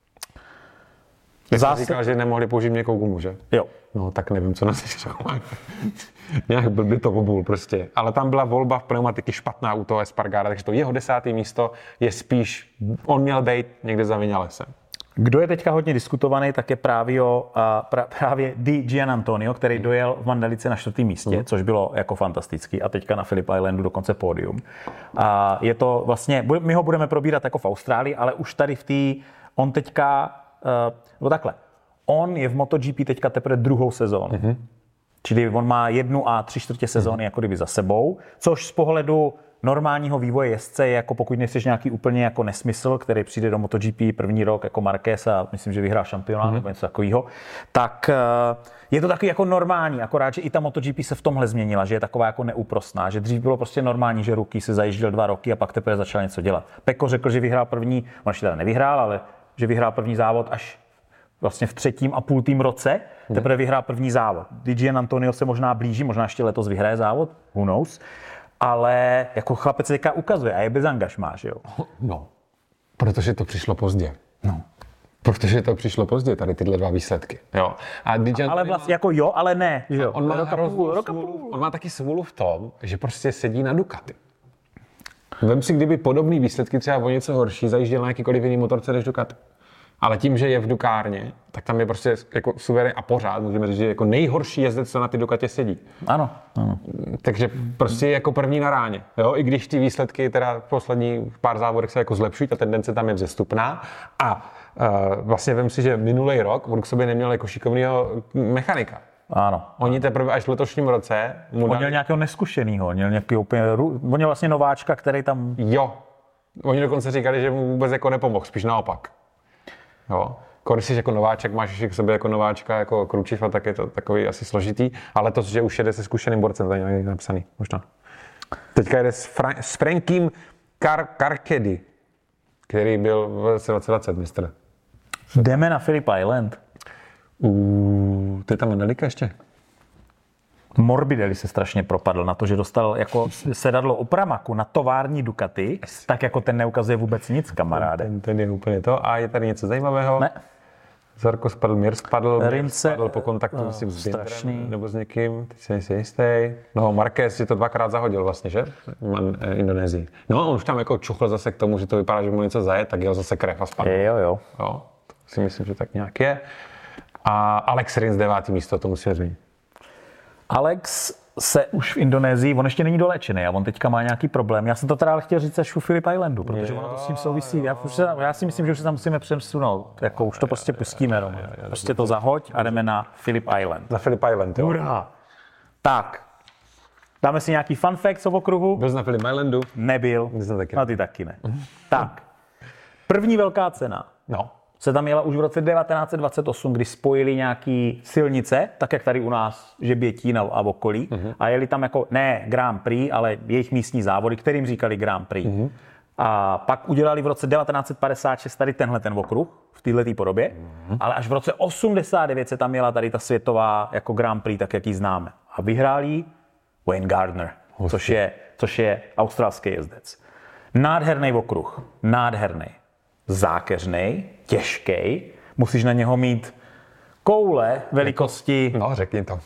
S2: Zase říkal, že nemohli použít měkkou gumu, že?
S1: Jo.
S2: No, tak nevím, co nás nějak blbý to obul prostě. Ale tam byla volba v pneumatiky špatná u toho Espargara, takže to jeho 10. místo je spíš, on měl být někde za Viñalesem.
S1: Kdo je teďka hodně diskutovaný, tak je právě Di Gianantonio, který dojel v Mandalice na 4. místě, což bylo jako fantastický a teďka na Phillip Islandu dokonce pódium. A je to vlastně, my ho budeme probírat jako v Austrálii, ale už tady on teďka, nebo takhle, on je v MotoGP teďka teprve druhou sezónu. Čili on má 1 a 3/4 sezóny jako kdyby za sebou, což z pohledu normálního vývoje jezdce je jako pokud nejsi nějaký úplně jako nesmysl, který přijde do MotoGP první rok jako Marquez a myslím, že vyhrá šampionát nebo něco takového, tak je to taky jako normální, akorát, že i ta MotoGP se v tomhle změnila, že je taková jako neúprosná, že dřív bylo prostě normální, že Rookie se zajížděl 2 roky a pak teprve začal něco dělat. Pecco řekl, že vyhrál první, on ještě teda nevyhrál, ale že vyhrál první závod až vlastně v 3,5 roce, teprve vyhrál první závod. Di Gianantonio se možná blíží, možná ještě letos vyhraje závod, who knows. Ale jako chlapec teďka ukazuje a je bez angažmá, že jo?
S2: No, protože to přišlo pozdě.
S1: No.
S2: Protože to přišlo pozdě, tady tyhle 2 výsledky. Jo. A
S1: ale vlastně jako jo, ale ne. Jo.
S2: On má taky svůlu v tom, že prostě sedí na Ducati. Vem si, kdyby podobný výsledky třeba o něco horší zajížděl na jakýkoliv jiný motorce než Ducati. Ale tím, že je v Dukárně, tak tam je prostě jako suverén a pořád, můžeme říct, že jako nejhorší jezdec, co na ty Ducatě sedí.
S1: Ano.
S2: Takže prostě jako první na ráně. Jo? I když ty výsledky teda v poslední pár závodech se jako zlepšují, ta tendence tam je vzestupná. A vlastně vem si, že minulý rok on k sobě neměl jako šikovného mechanika.
S1: Ano.
S2: Oni teprve až v letošním roce...
S1: On měl nějakého neskušenýho, on měl vlastně nováčka, který tam...
S2: Jo. Oni dokonce říkali, že mu vůbec jako nepomohl, spíš naopak. Jo. Když jsi jako nováček, máš k sobě jako nováčka, jako Kručifa, tak je to takový asi složitý, ale to, že už jede se zkušeným borcem, to je nějak napsaný, možná. Teďka jede s Frankiem Carchedi, který byl v roce 2020 mistr.
S1: Jdeme na Phillip Island.
S2: To je tam Mandalika ještě?
S1: Morbidelli se strašně propadl na to, že dostal jako sedadlo u pramaku na tovární Ducati, tak jako ten neukazuje vůbec nic, kamaráde.
S2: Ten je úplně to. A je tady něco zajímavého?
S1: Ne.
S2: Zarko spadl, Mir spadl po kontaktu myslím s
S1: Binderem
S2: nebo s někým, teď se nejsi jistý. No, Marquez si to 2krát zahodil vlastně, že? Indonésii. No, on už tam jako čuchl zase k tomu, že to vypadá, že mu něco zaje, tak jel zase krev a spadl.
S1: Jo.
S2: To si myslím, že tak nějak je. A Alex Rins 9. místo, to musíme zmínit.
S1: Alex se už v Indonésii, on ještě není doléčený a on teďka má nějaký problém. Já jsem to teda ale chtěl říct až u Phillip Islandu, protože ono to s tím souvisí. Já si myslím, že už se tam musíme přesunout. Jako už to prostě pustíme. Prostě to zahoď a jdeme na Phillip Island.
S2: Na Phillip Island, jo.
S1: Hurá. Tak, dáme si nějaký fun facts o okruhu.
S2: Byl jsi na Phillip Islandu?
S1: Nebyl. A ty taky ne. Tak, první velká cena.
S2: No.
S1: Se tam jela už v roce 1928, kdy spojili nějaký silnice, tak jak tady u nás Žebětín a okolí, a jeli tam jako ne Grand Prix, ale jejich místní závody, kterým říkali Grand Prix. A pak udělali v roce 1956 tady tenhle ten okruh v této podobě, ale až v roce 89 se tam jela tady ta světová jako Grand Prix, tak jak ji známe. A vyhrál ji Wayne Gardner, což je australský jezdec. Nádherný okruh, nádherný. Zákeřnej, těžký, musíš na něho mít koule velikosti...
S2: No, řekni to.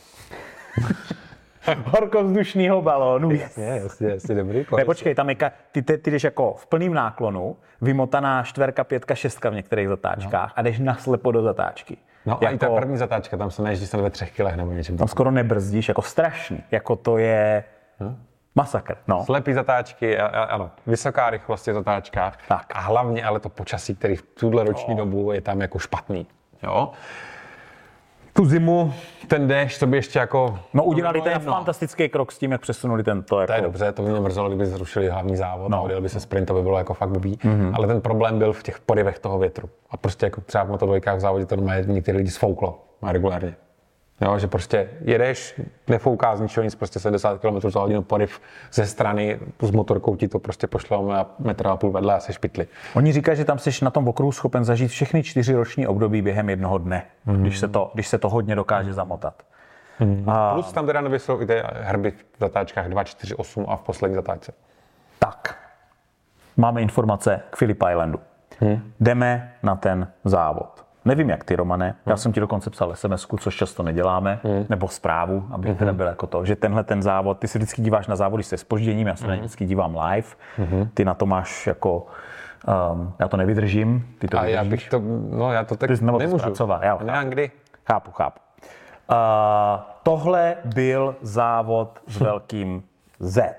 S1: horkovzdušného balónu.
S2: Jasně, dobrý.
S1: Ne, počkej, tam je ty jdeš jako v plným náklonu, vymotaná 4, 5, 6 v některých zatáčkách a jdeš naslepo do zatáčky.
S2: No jako, a i ta první zatáčka, tam se naježdí ve 3 kilech nebo něčem.
S1: Tam skoro nebrzdíš, jako strašný, jako to je... Masakr, no.
S2: Slepý zatáčky, ano, vysoká rychlost v zatáčkách.
S1: Tak.
S2: A hlavně ale to počasí, který v tuhle roční dobu je tam jako špatný. Jo? tu zimu, ten déšť, to by ještě jako...
S1: No udělali ten fantastický krok s tím, jak přesunuli tento.
S2: To je dobře, to by mě mrzelo, kdyby zrušili hlavní závod a odjel by se sprint, to by bylo jako fakt blbý. Ale ten problém byl v těch porivech toho větru. A prostě jako třeba v Moto2 v závodě to normálně některé lidi sfouklo regulárně. Jo, že prostě jedeš, nefouká z ničeho nic, prostě 70 km za hodinu poriv ze strany, s motorkou ti to prostě pošlo a metr a půl vedle a seš pytli.
S1: Oni říkají, že tam jsi na tom okruhu schopen zažít všechny 4 roční období během jednoho dne, když se to hodně dokáže zamotat.
S2: Plus tam teda jsou i ty herby v zatáčkách 2, 4, 8 a v poslední zatáčce.
S1: Tak, máme informace k Phillip Islandu. Jdeme na ten závod. Nevím, jak ty, Romane, já jsem ti dokonce psal SMS-ku, což často neděláme, nebo zprávu, aby teda byl jako to, že tenhle ten závod, ty se vždycky díváš na závody se zpožděním, já se na ně vždycky dívám live, ty na to máš jako, já to nevydržím, ty to vydržíš.
S2: Já bych to, no já to tak nemůžu.
S1: Nemám kdy. Chápu. Tohle byl závod s velkým Z.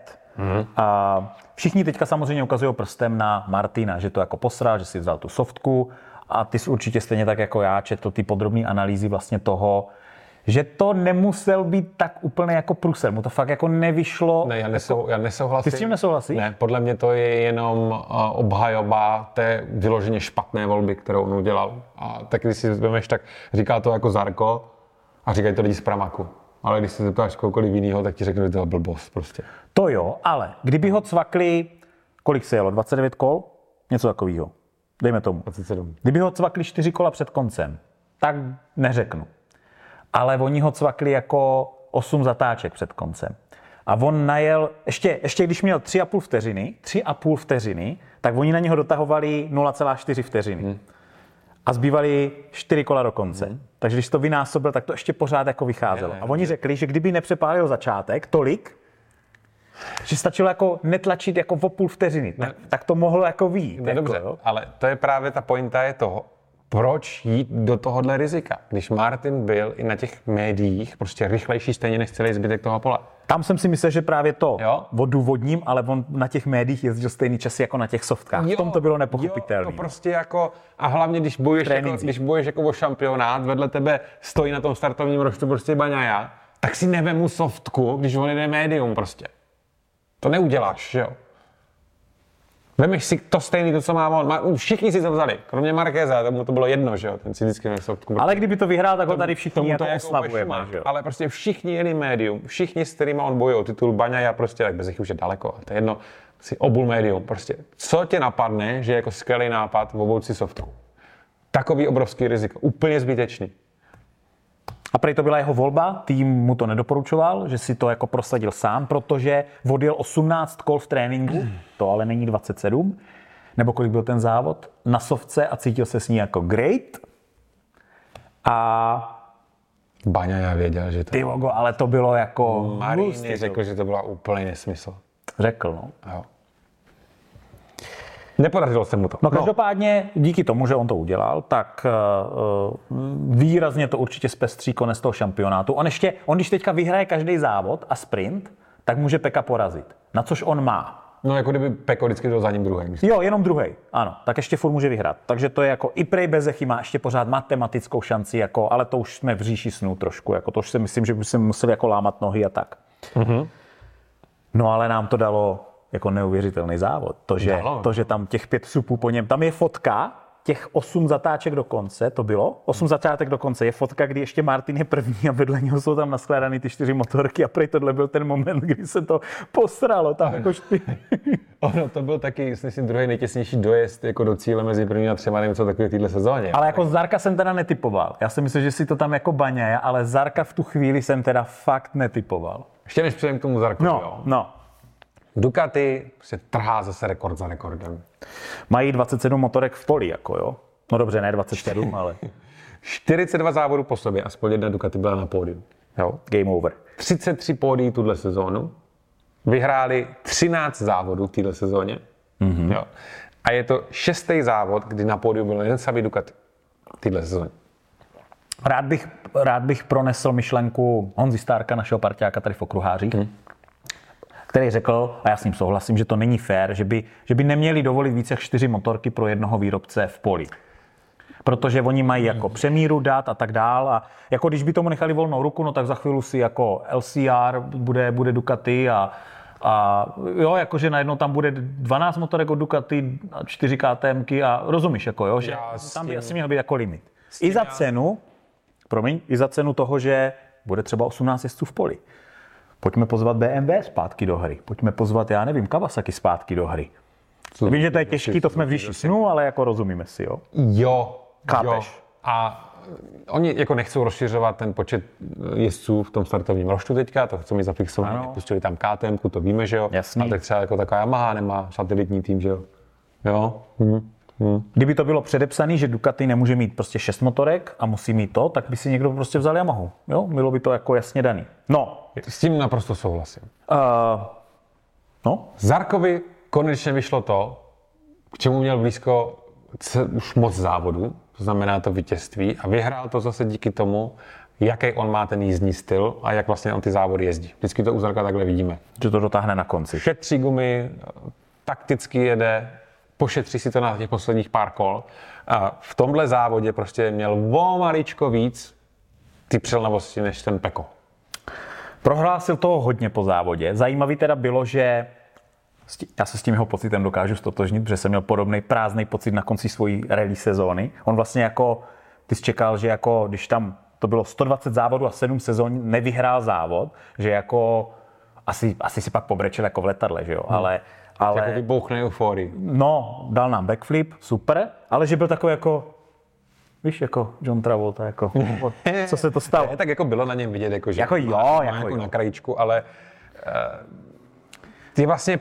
S1: Všichni teďka samozřejmě ukazují prstem na Martina, že to jako posral, že si vzal tu softku, a ty jsi určitě stejně tak jako já četl ty podrobné analýzy vlastně toho, že to nemusel být tak úplně jako průser. Mu to fakt jako nevyšlo.
S2: Ne, já nesouhlasím.
S1: Ty s tím nesouhlasíš?
S2: Ne, podle mě to je jenom obhajoba té vyloženě špatné volby, kterou on udělal. A tak když si vezmeš, tak říká to jako Zarko a říkají to lidi z Pramaku. Ale když se zeptáš kohokoliv jinýho, tak ti řekne, že to je blbost prostě.
S1: To jo, ale kdyby ho cvakli, kolik se jelo, 29 kol? Něco takového. Dejme tomu.
S2: 27.
S1: Kdyby ho cvakli 4 kola před koncem, tak neřeknu. Ale oni ho cvakli jako 8 zatáček před koncem. A on najel, ještě když měl 3,5 vteřiny, tak oni na něho dotahovali 0,4 vteřiny. A zbývali 4 kola do konce. Takže když to vynásobil, tak to ještě pořád jako vycházelo. A oni řekli, že kdyby nepřepálil začátek tolik, že stačilo jako netlačit jako o půl vteřiny, tak to mohlo jako vyjít.
S2: Jako, dobře, ale to je právě ta pointa je toho, proč jít do tohohle rizika, když Martin byl i na těch médiích prostě rychlejší stejně než celý zbytek toho pole.
S1: Tam jsem si myslel, že právě to odůvodním, ale on na těch médiích jezdil stejný časy jako na těch softkách. V tom to bylo nepochopitelné.
S2: To prostě jako, a hlavně když bojuješ jako o šampionát, vedle tebe stojí na tom startovním roštu prostě Bagnaia, tak si nevemu softku, když on jde médium prostě. To neuděláš, že jo? Vemeš si to stejný, to, co má on. Všichni si to vzali, kromě Markéza, tomu to bylo jedno, že jo? Ten si vždycky měl softku.
S1: Ale kdyby to vyhrál, tak ho tady všichni jako oslavujeme, že jo?
S2: Ale prostě všichni jeli médium, všichni, s kterýma on bojuje titul Bagnaia, prostě tak bez nich už je daleko. To je jedno, si obul médium, prostě. Co tě napadne, že je jako skvělý nápad obout si softku? Takový obrovský riziko, úplně zbytečný.
S1: A prej to byla jeho volba, tým mu to nedoporučoval, že si to jako prosadil sám, protože odjel 18 kol v tréninku, to ale není 27, nebo kolik byl ten závod, na softce a cítil se s ní jako great. A
S2: Bagnaia věděl, že to...
S1: Ty vogo, ale to bylo jako...
S2: Marini řekl, že to byla úplný nesmysl.
S1: Řekl, no.
S2: Jo. Nepodařilo se mu to.
S1: No každopádně díky tomu, že on to udělal, tak výrazně to určitě zpestří konec toho šampionátu. On když teďka vyhraje každý závod a sprint, tak může Peka porazit. Na což on má.
S2: No jako kdyby Peko vždycky byl za ním druhý.
S1: Jo, jenom druhý. Ano, tak ještě furt může vyhrát. Takže to je jako i prej Bezechy má ještě pořád matematickou šanci, jako, ale to už jsme v říši snů trošku. Jako, to už si myslím, že by se museli jako lámat nohy a tak. No ale nám to dalo jako neuvěřitelný závod. To, že tam těch 5 supů po něm, tam je fotka, těch 8 zatáček do konce, to bylo, 8 zatáček do konce, je fotka, kdy ještě Martin je první a vedle něho jsou tam naskládaný ty 4 motorky a prej tohle byl ten moment, kdy se to posralo, tam jako
S2: Ono to byl taky, myslím, druhý nejtěsnější dojezd jako do cíle mezi první a třema, nevím co takové v této sezóně.
S1: Ale jako Zarka jsem teda netypoval. Já si myslím, že si to tam jako Bagnaia, ale Zarka v tu chvíli jsem teda fakt netypoval.
S2: Ještě než přejdem k tomu Zarku,
S1: No.
S2: Ducati se trhá zase rekord za rekordem.
S1: Mají 27 motorek v poli, jako jo. No dobře, ne 27, ale...
S2: 42 závodů po sobě, aspoň jedna Ducati byla na pódiu. Jo.
S1: Game over.
S2: 33 pódií tuhle sezónu. Vyhráli 13 závodů v této sezóně. Jo. A je to 6. závod, kdy na pódiu byl jen samý Ducati v této sezóně.
S1: Rád bych pronesl myšlenku Honzi Stárka, našeho parťáka tady v okruhářích, který řekl, a já s ním souhlasím, že to není fér, že by neměli dovolit více jak 4 motorky pro jednoho výrobce v poli. Protože oni mají jako přemíru dat a tak dál a jako když by tomu nechali volnou ruku, no tak za chvíli si jako LCR bude Ducati a jo, jakože najednou tam bude 12 motorek od Ducati a 4 KTMky a rozumíš, jako jo, že tam by asi měl být jako limit. I za cenu toho, že bude třeba 18 jezdců v poli. Pojďme pozvat BMW zpátky do hry. Pojďme pozvat, já nevím, Kawasaki zpátky do hry. Vím, že to je těžký, to jsme v říši snů, ale jako rozumíme si, jo?
S2: Jo.
S1: Chápeš.
S2: A oni jako nechcou rozšiřovat ten počet jezdců v tom startovním roštu teďka, to chcou mít zafixované, pustili tam KTMku, to víme, že jo?
S1: Jasný.
S2: Ale tak třeba jako taková Yamaha nemá satelitní tým, že jo? Jo?
S1: Kdyby to bylo předepsané, že Ducati nemůže mít prostě 6 motorek a musí mít to, tak by si někdo prostě vzal Yamahu. Jo? Bylo by to jako jasně daný. No.
S2: S tím naprosto souhlasím.
S1: No.
S2: Zarkovi konečně vyšlo to, k čemu měl blízko už moc závodů, to znamená to vítězství, a vyhrál to zase díky tomu, jaký on má ten jízdní styl a jak vlastně on ty závody jezdí. Vždycky to u Zarka takhle vidíme.
S1: Že to dotáhne na konci.
S2: Šetří gumy, takticky jede, pošetří si to na těch posledních pár kol. A v tomhle závodě prostě měl o maličko víc ty přilnavosti než ten Pecco.
S1: Prohlásil toho hodně po závodě. Zajímavý teda bylo, že já se s tím jeho pocitem dokážu stotožnit, protože jsem měl podobný prázdný pocit na konci svojí rally sezóny. On vlastně jako, ty jsi čekal, že jako, když tam to bylo 120 závodů a 7 sezón, nevyhrál závod, že jako asi si pak pobrečel jako v letadle, že jo, ale
S2: jako vybouchne euforii.
S1: No, dal nám backflip, super, ale že byl takový jako, víš, jako John Travolta, jako, co se to stalo?
S2: Tak jako bylo na něm vidět, jako, že
S1: jako
S2: jako na krajíčku, ale ty vlastně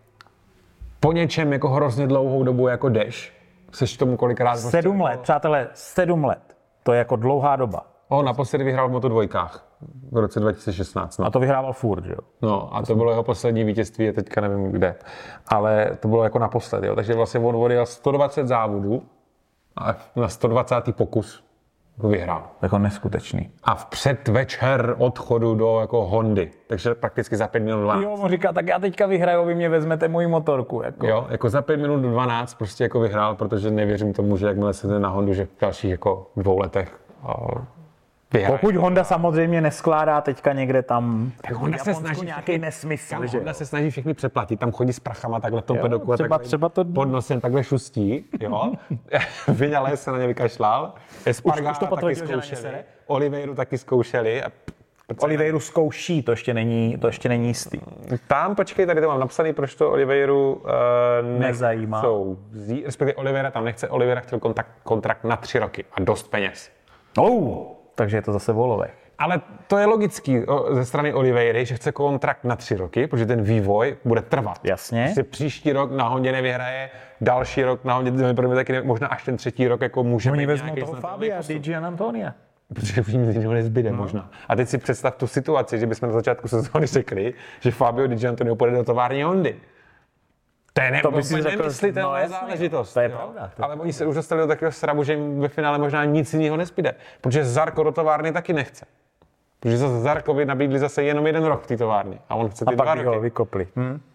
S2: po něčem jako hrozně dlouhou dobu jako jdeš. Seš tomu kolikrát...
S1: 7 let, přátelé, 7 let. To je jako dlouhá doba.
S2: Naposledy vyhrál v Moto2 v roce 2016. No.
S1: A to vyhrával furt, že jo?
S2: No a to bylo jeho poslední vítězství, je teďka nevím kde. Ale to bylo jako naposledy, jo. Takže vlastně on odjel 120 závodů a na 120. pokus vyhrál.
S1: Jako neskutečný.
S2: A v předvečer odchodu do jako Hondy, takže prakticky za 5 minut 12.
S1: Jo, on říká, tak já teďka vyhraju, vy mě vezmete moji motorku. Jako.
S2: Jo, jako za 5 minut 12 prostě jako vyhrál, protože nevěřím tomu, že jakmile se jde na Hondu, že v dalších jako 2 letech vyhraje.
S1: Pokud Honda samozřejmě neskládá teďka někde tam
S2: tak Honda se snaží
S1: nějaký nesmysl, že
S2: Honda se snaží všechny přeplatit, tam chodí s prachama takhle v tom pedoku a
S1: třeba to
S2: pod nosem takhle šustí, jo. Vinales se na ně vykašlal, Espargaro taky zkoušeli, Oliveiru taky zkoušeli.
S1: Oliveiru zkouší, to ještě není jistý.
S2: Tam, počkej, tady to mám napsaný, proč to Oliveiru
S1: nezajímá.
S2: Respektive Oliveira tam nechce, Oliveira chtěl kontrakt na 3 roky a dost peněz.
S1: Takže je to zase volovek.
S2: Ale to je logický ze strany Oliveiry, že chce kontrakt na 3 roky, protože ten vývoj bude trvat.
S1: Jasně.
S2: Prostě příští rok na Hondě nevyhraje, další rok na Hondě taky možná až ten 3. rok jako může být nějaký.
S1: Oni vezmou toho Fabia, Gian Antonia.
S2: Protože už jim jiného nezbyde možná. A teď si představ tu situaci, že bychom na začátku sezóny řekli, že Fabio Di Giannantonio půjde do tovární Hondy. To je nemyslitelná záležitost.
S1: To je pravda.
S2: Ale oni se už dostali do takového srabu, že jim ve finále možná nic jiného nezbyde. Protože Zarco do továrny taky nechce. Protože zase Zarkovi nabídli zase jenom 1 rok v té továrně. A on chce ty 2 roky.
S1: A pak ho vykopli.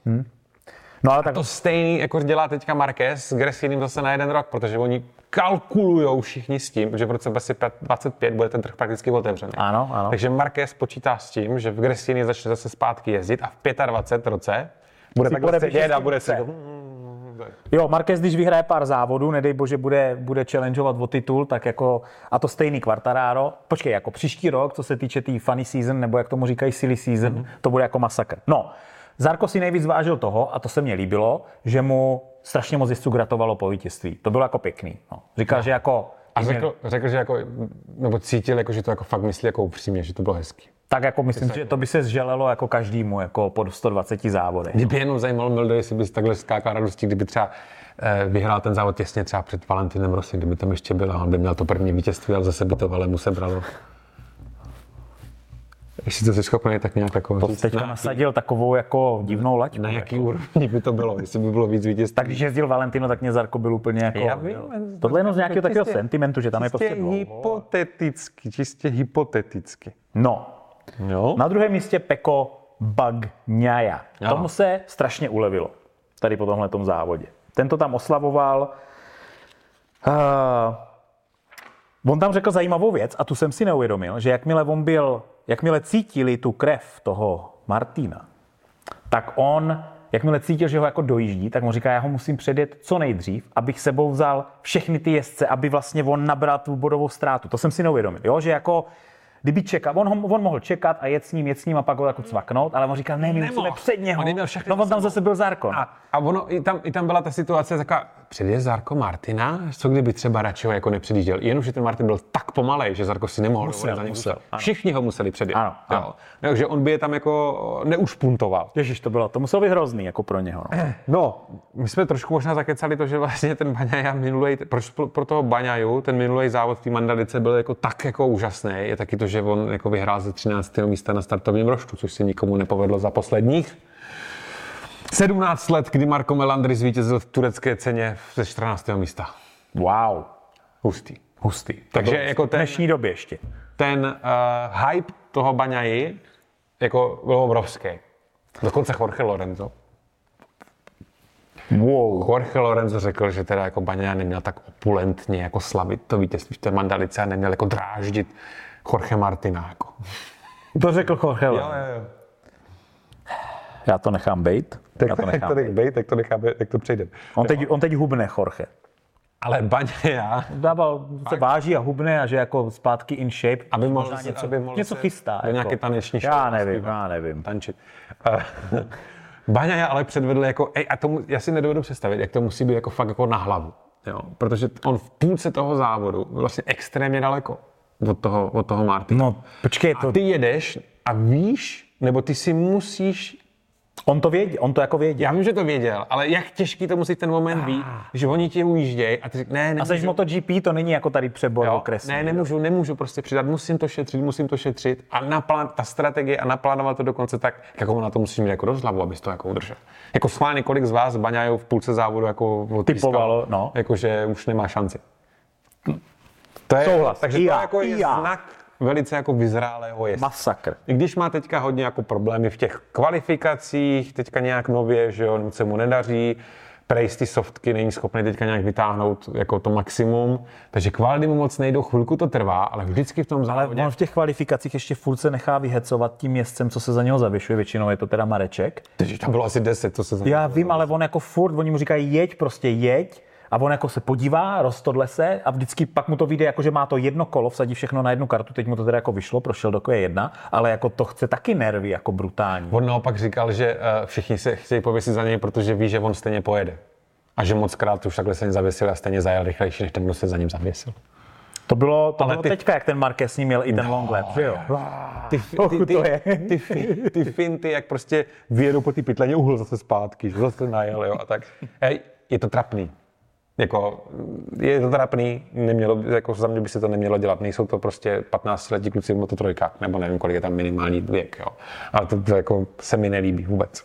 S1: No, ale tak...
S2: A to stejný, jako dělá teďka Marquez s Gressinem zase na 1 rok, protože oni kalkulujou všichni s tím, že v roce 2025 bude ten trh prakticky otevřený.
S1: Ano.
S2: Takže Marquez počítá s tím, že v Gressini začne zase zpátky jezdit a v 25 roce bude takhle sedět a bude se...
S1: Jo, Marquez, když vyhraje pár závodů, nedej bože, bude challengeovat o titul, tak jako, a to stejný Quartararo. Počkej, jako příští rok, co se týče té funny season, nebo jak tomu říkají silly season, to bude jako masakr. No, Zarco si nejvíc vážil toho, a to se mně líbilo, že mu strašně moc jezdců gratovalo po vítězství. To bylo jako pěkný. No. Říkal, že jako...
S2: A řekl, že jako, nebo cítil, jako, že to jako fakt myslí jako upřímně, že to bylo hezký.
S1: Tak jako myslím, že to by se zželelo jako každému jako po 120 závodech.
S2: Mě by jenom zajímalo, Mildo, jestli bys takhle skákal radostí, kdyby třeba vyhrál ten závod těsně třeba před Valentinem Rossi, kdyby tam ještě byl a on by měl to první vítězství, ale zase by to Valemu sebralo. Jestli to jsi schopný tak nějak takovou říct.
S1: Teďka nasadil takovou jako divnou laťku.
S2: Na jaký úrovni by to bylo, jestli by bylo víc vítězství.
S1: Tak když jezdil Valentino, tak mě Zarco byl úplně jako...
S2: Já vím,
S1: tohle jenom z nějakého takového sentimentu, že tam je prostě
S2: čistě hypoteticky.
S1: No.
S2: Jo?
S1: Na druhém místě Pecco Bagnaia. Tomu se strašně ulevilo. Tady po tomhletom závodě. Ten to tam oslavoval. On tam řekl zajímavou věc a tu jsem si neuvědomil, že jakmile cítili tu krev toho Martina, tak on, jakmile cítil, že ho jako dojíždí, tak mu říká, já ho musím předjet co nejdřív, abych sebou vzal všechny ty jezdce, aby vlastně on nabral tu bodovou ztrátu. To jsem si neuvědomil, jo? Že jako kdyby čekal, on mohl čekat a jet s ním a pak ho jako cvaknout, ale on říkal, ne, my musíme před něho. On tam zase byl Zarko.
S2: A ono, i tam byla ta situace taková, předjezd Zarko Martina, co kdyby třeba radši ho jako nepředjížděl. Jenomže ten Martin byl tak pomalej, že Zarko si nemohl.
S1: Musel.
S2: Všichni ho museli předjet.
S1: Ano.
S2: Takže on by je tam jako neušpuntoval.
S1: Ježiš, to muselo být hrozný jako pro něho.
S2: No, my jsme trošku možná zakecali to, že vlastně ten Bagnaia minulej, pro toho Bagniaiu, ten minulej závod v té Mandalice byl jako tak jako úžasný. Je taky to, že on jako vyhrál ze 13. místa na startovním roštu, což se nikomu nepovedlo za posledních 17 let, kdy Marco Melandri zvítězil v turecké ceně ze 14. místa.
S1: Wow.
S2: Hustý. Takže jako
S1: v dnešní době ještě.
S2: Ten hype toho Bagnaii jako byl obrovský. Dokonce Jorge Lorenzo.
S1: Wow.
S2: Jorge Lorenzo řekl, že teda jako Bagnaia neměl tak opulentně jako slavit to vítězství v té Mandalice a neměl jako dráždit Jorge Martina. Jako.
S1: To řekl Jorge Lorenzo.
S2: Jo.
S1: Já to nechám bejt.
S2: Tak to přejde.
S1: On teď hubne Jorge.
S2: Ale Bagnaia
S1: Se váží a hubne a že jako zpátky in shape.
S2: Aby mohl
S1: něco chystá.
S2: Do nějaké taneční show.
S1: Já nevím.
S2: Tančit. Bagnaia ale předvedl jako, já si nedovedu představit, jak to musí být jako fakt jako na hlavu. Jo? Protože on v půlce toho závodu byl vlastně extrémně daleko od toho Martina.
S1: No, počkej.
S2: A ty jedeš a víš, nebo ty si musíš.
S1: On to jako věděl.
S2: Já vím, že to věděl, ale jak těžký to musí v ten moment být, že oni ti ujíždějí a ty říkáš, ne, nemůžu.
S1: A seš MotoGP, to není jako tady přebor okresní.
S2: Ne, nemůžu prostě přidat, musím to šetřit a ta strategie a naplánovat to dokonce tak, jako na to musíš mít jako rozhlavu, abys to jako udržel. Jako schválně, kolik z vás Bagnaia v půlce závodu jako
S1: typovalo, no.
S2: Jakože už nemá šanci. To je,
S1: souhlas.
S2: Takže to jako je znak velice jako vyzrálého jezdce.
S1: Masakr.
S2: I když má teďka hodně jako problémy v těch kvalifikacích, teďka nějak nově, že jo, se mu nedaří, prej z ty softky není schopný teďka nějak vytáhnout jako to maximum, takže kvality mu moc nejdou, chvilku to trvá, ale vždycky v tom závodě.
S1: Ale on v těch kvalifikacích ještě furt se nechá vyhecovat tím jezdcem, co se za něho zavěšuje, většinou je to teda Mareček.
S2: Takže tam bylo asi 10, co se za něho
S1: Já vím, ale on jako furt, oni mu říkají jeď, a on jako se podívá, roztodle se a vždycky pak mu to vyjde, jako že má to jedno kolo, vsadí všechno na jednu kartu, teď mu to teda jako vyšlo, prošel do Q1, ale jako to chce taky nervy, jako brutální.
S2: On naopak říkal, že všichni se chtějí pověsit za něj, protože ví, že on stejně pojede. A že moc krát už takhle se zavěsil a stejně zajel rychlejší, než ten, kdo se za ním zavěsil.
S1: To bylo teďka, jak ten Marquez s ním měl i ten long lap, že jo?
S2: Ty finty, jak prostě vyjedou po ty pytleně, uhl zase zpátky, že zase najel, jo, a tak. Je to trapný. Jako, je to trapný, jako za mě by se to nemělo dělat, nejsou to prostě 15letí kluci v Moto3, nebo nevím, kolik je tam minimální věk, jo. Ale to jako se mi nelíbí vůbec.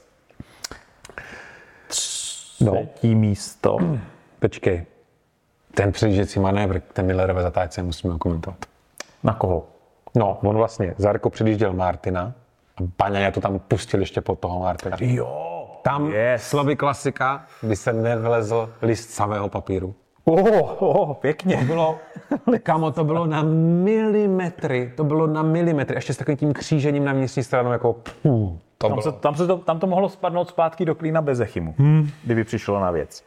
S1: Třetí místo.
S2: Počkej, ten předjížděcí manévr, ten Millerové zatáčce musíme komentovat.
S1: Na koho?
S2: No, on vlastně, Zarco předjížděl Martina a Bagnaia to tam pustil ještě pod toho Martina.
S1: Jo.
S2: Tam slovy klasika, kdy se nevlezl list savého papíru.
S1: Pěkně.
S2: To bylo na milimetry, ještě s takovým tím křížením na vnitřní stranu, jako
S1: Tam to mohlo spadnout zpátky do klína bez Echymu, kdyby přišlo na věc.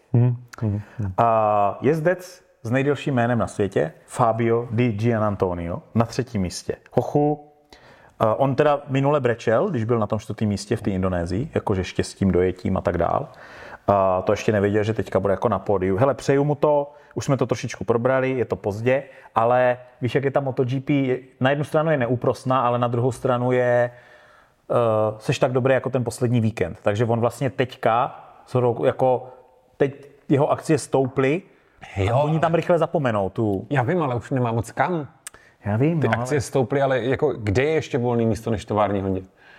S1: Jezdec s nejdelším jménem na světě, Fabio Di Gianantonio, na 3. místě. On teda minule brečel, když byl na tom 4. místě v té Indonésii, jakože štěstím, dojetím a tak dál. To ještě nevěděl, že teďka bude jako na pódiu. Hele, přeju mu to, už jsme to trošičku probrali, je to pozdě, ale víš, jak je ta MotoGP, na jednu stranu je neúprosná, ale na druhou stranu je seš tak dobrý jako ten poslední víkend. Takže on vlastně teďka, teď jeho akcie stouply a oni tam rychle zapomenou tu.
S2: Já vím, ale už nemá moc kam.
S1: Já vím,
S2: ty akcie stouply, ale jako, kde je ještě volný místo než tovární Hondě?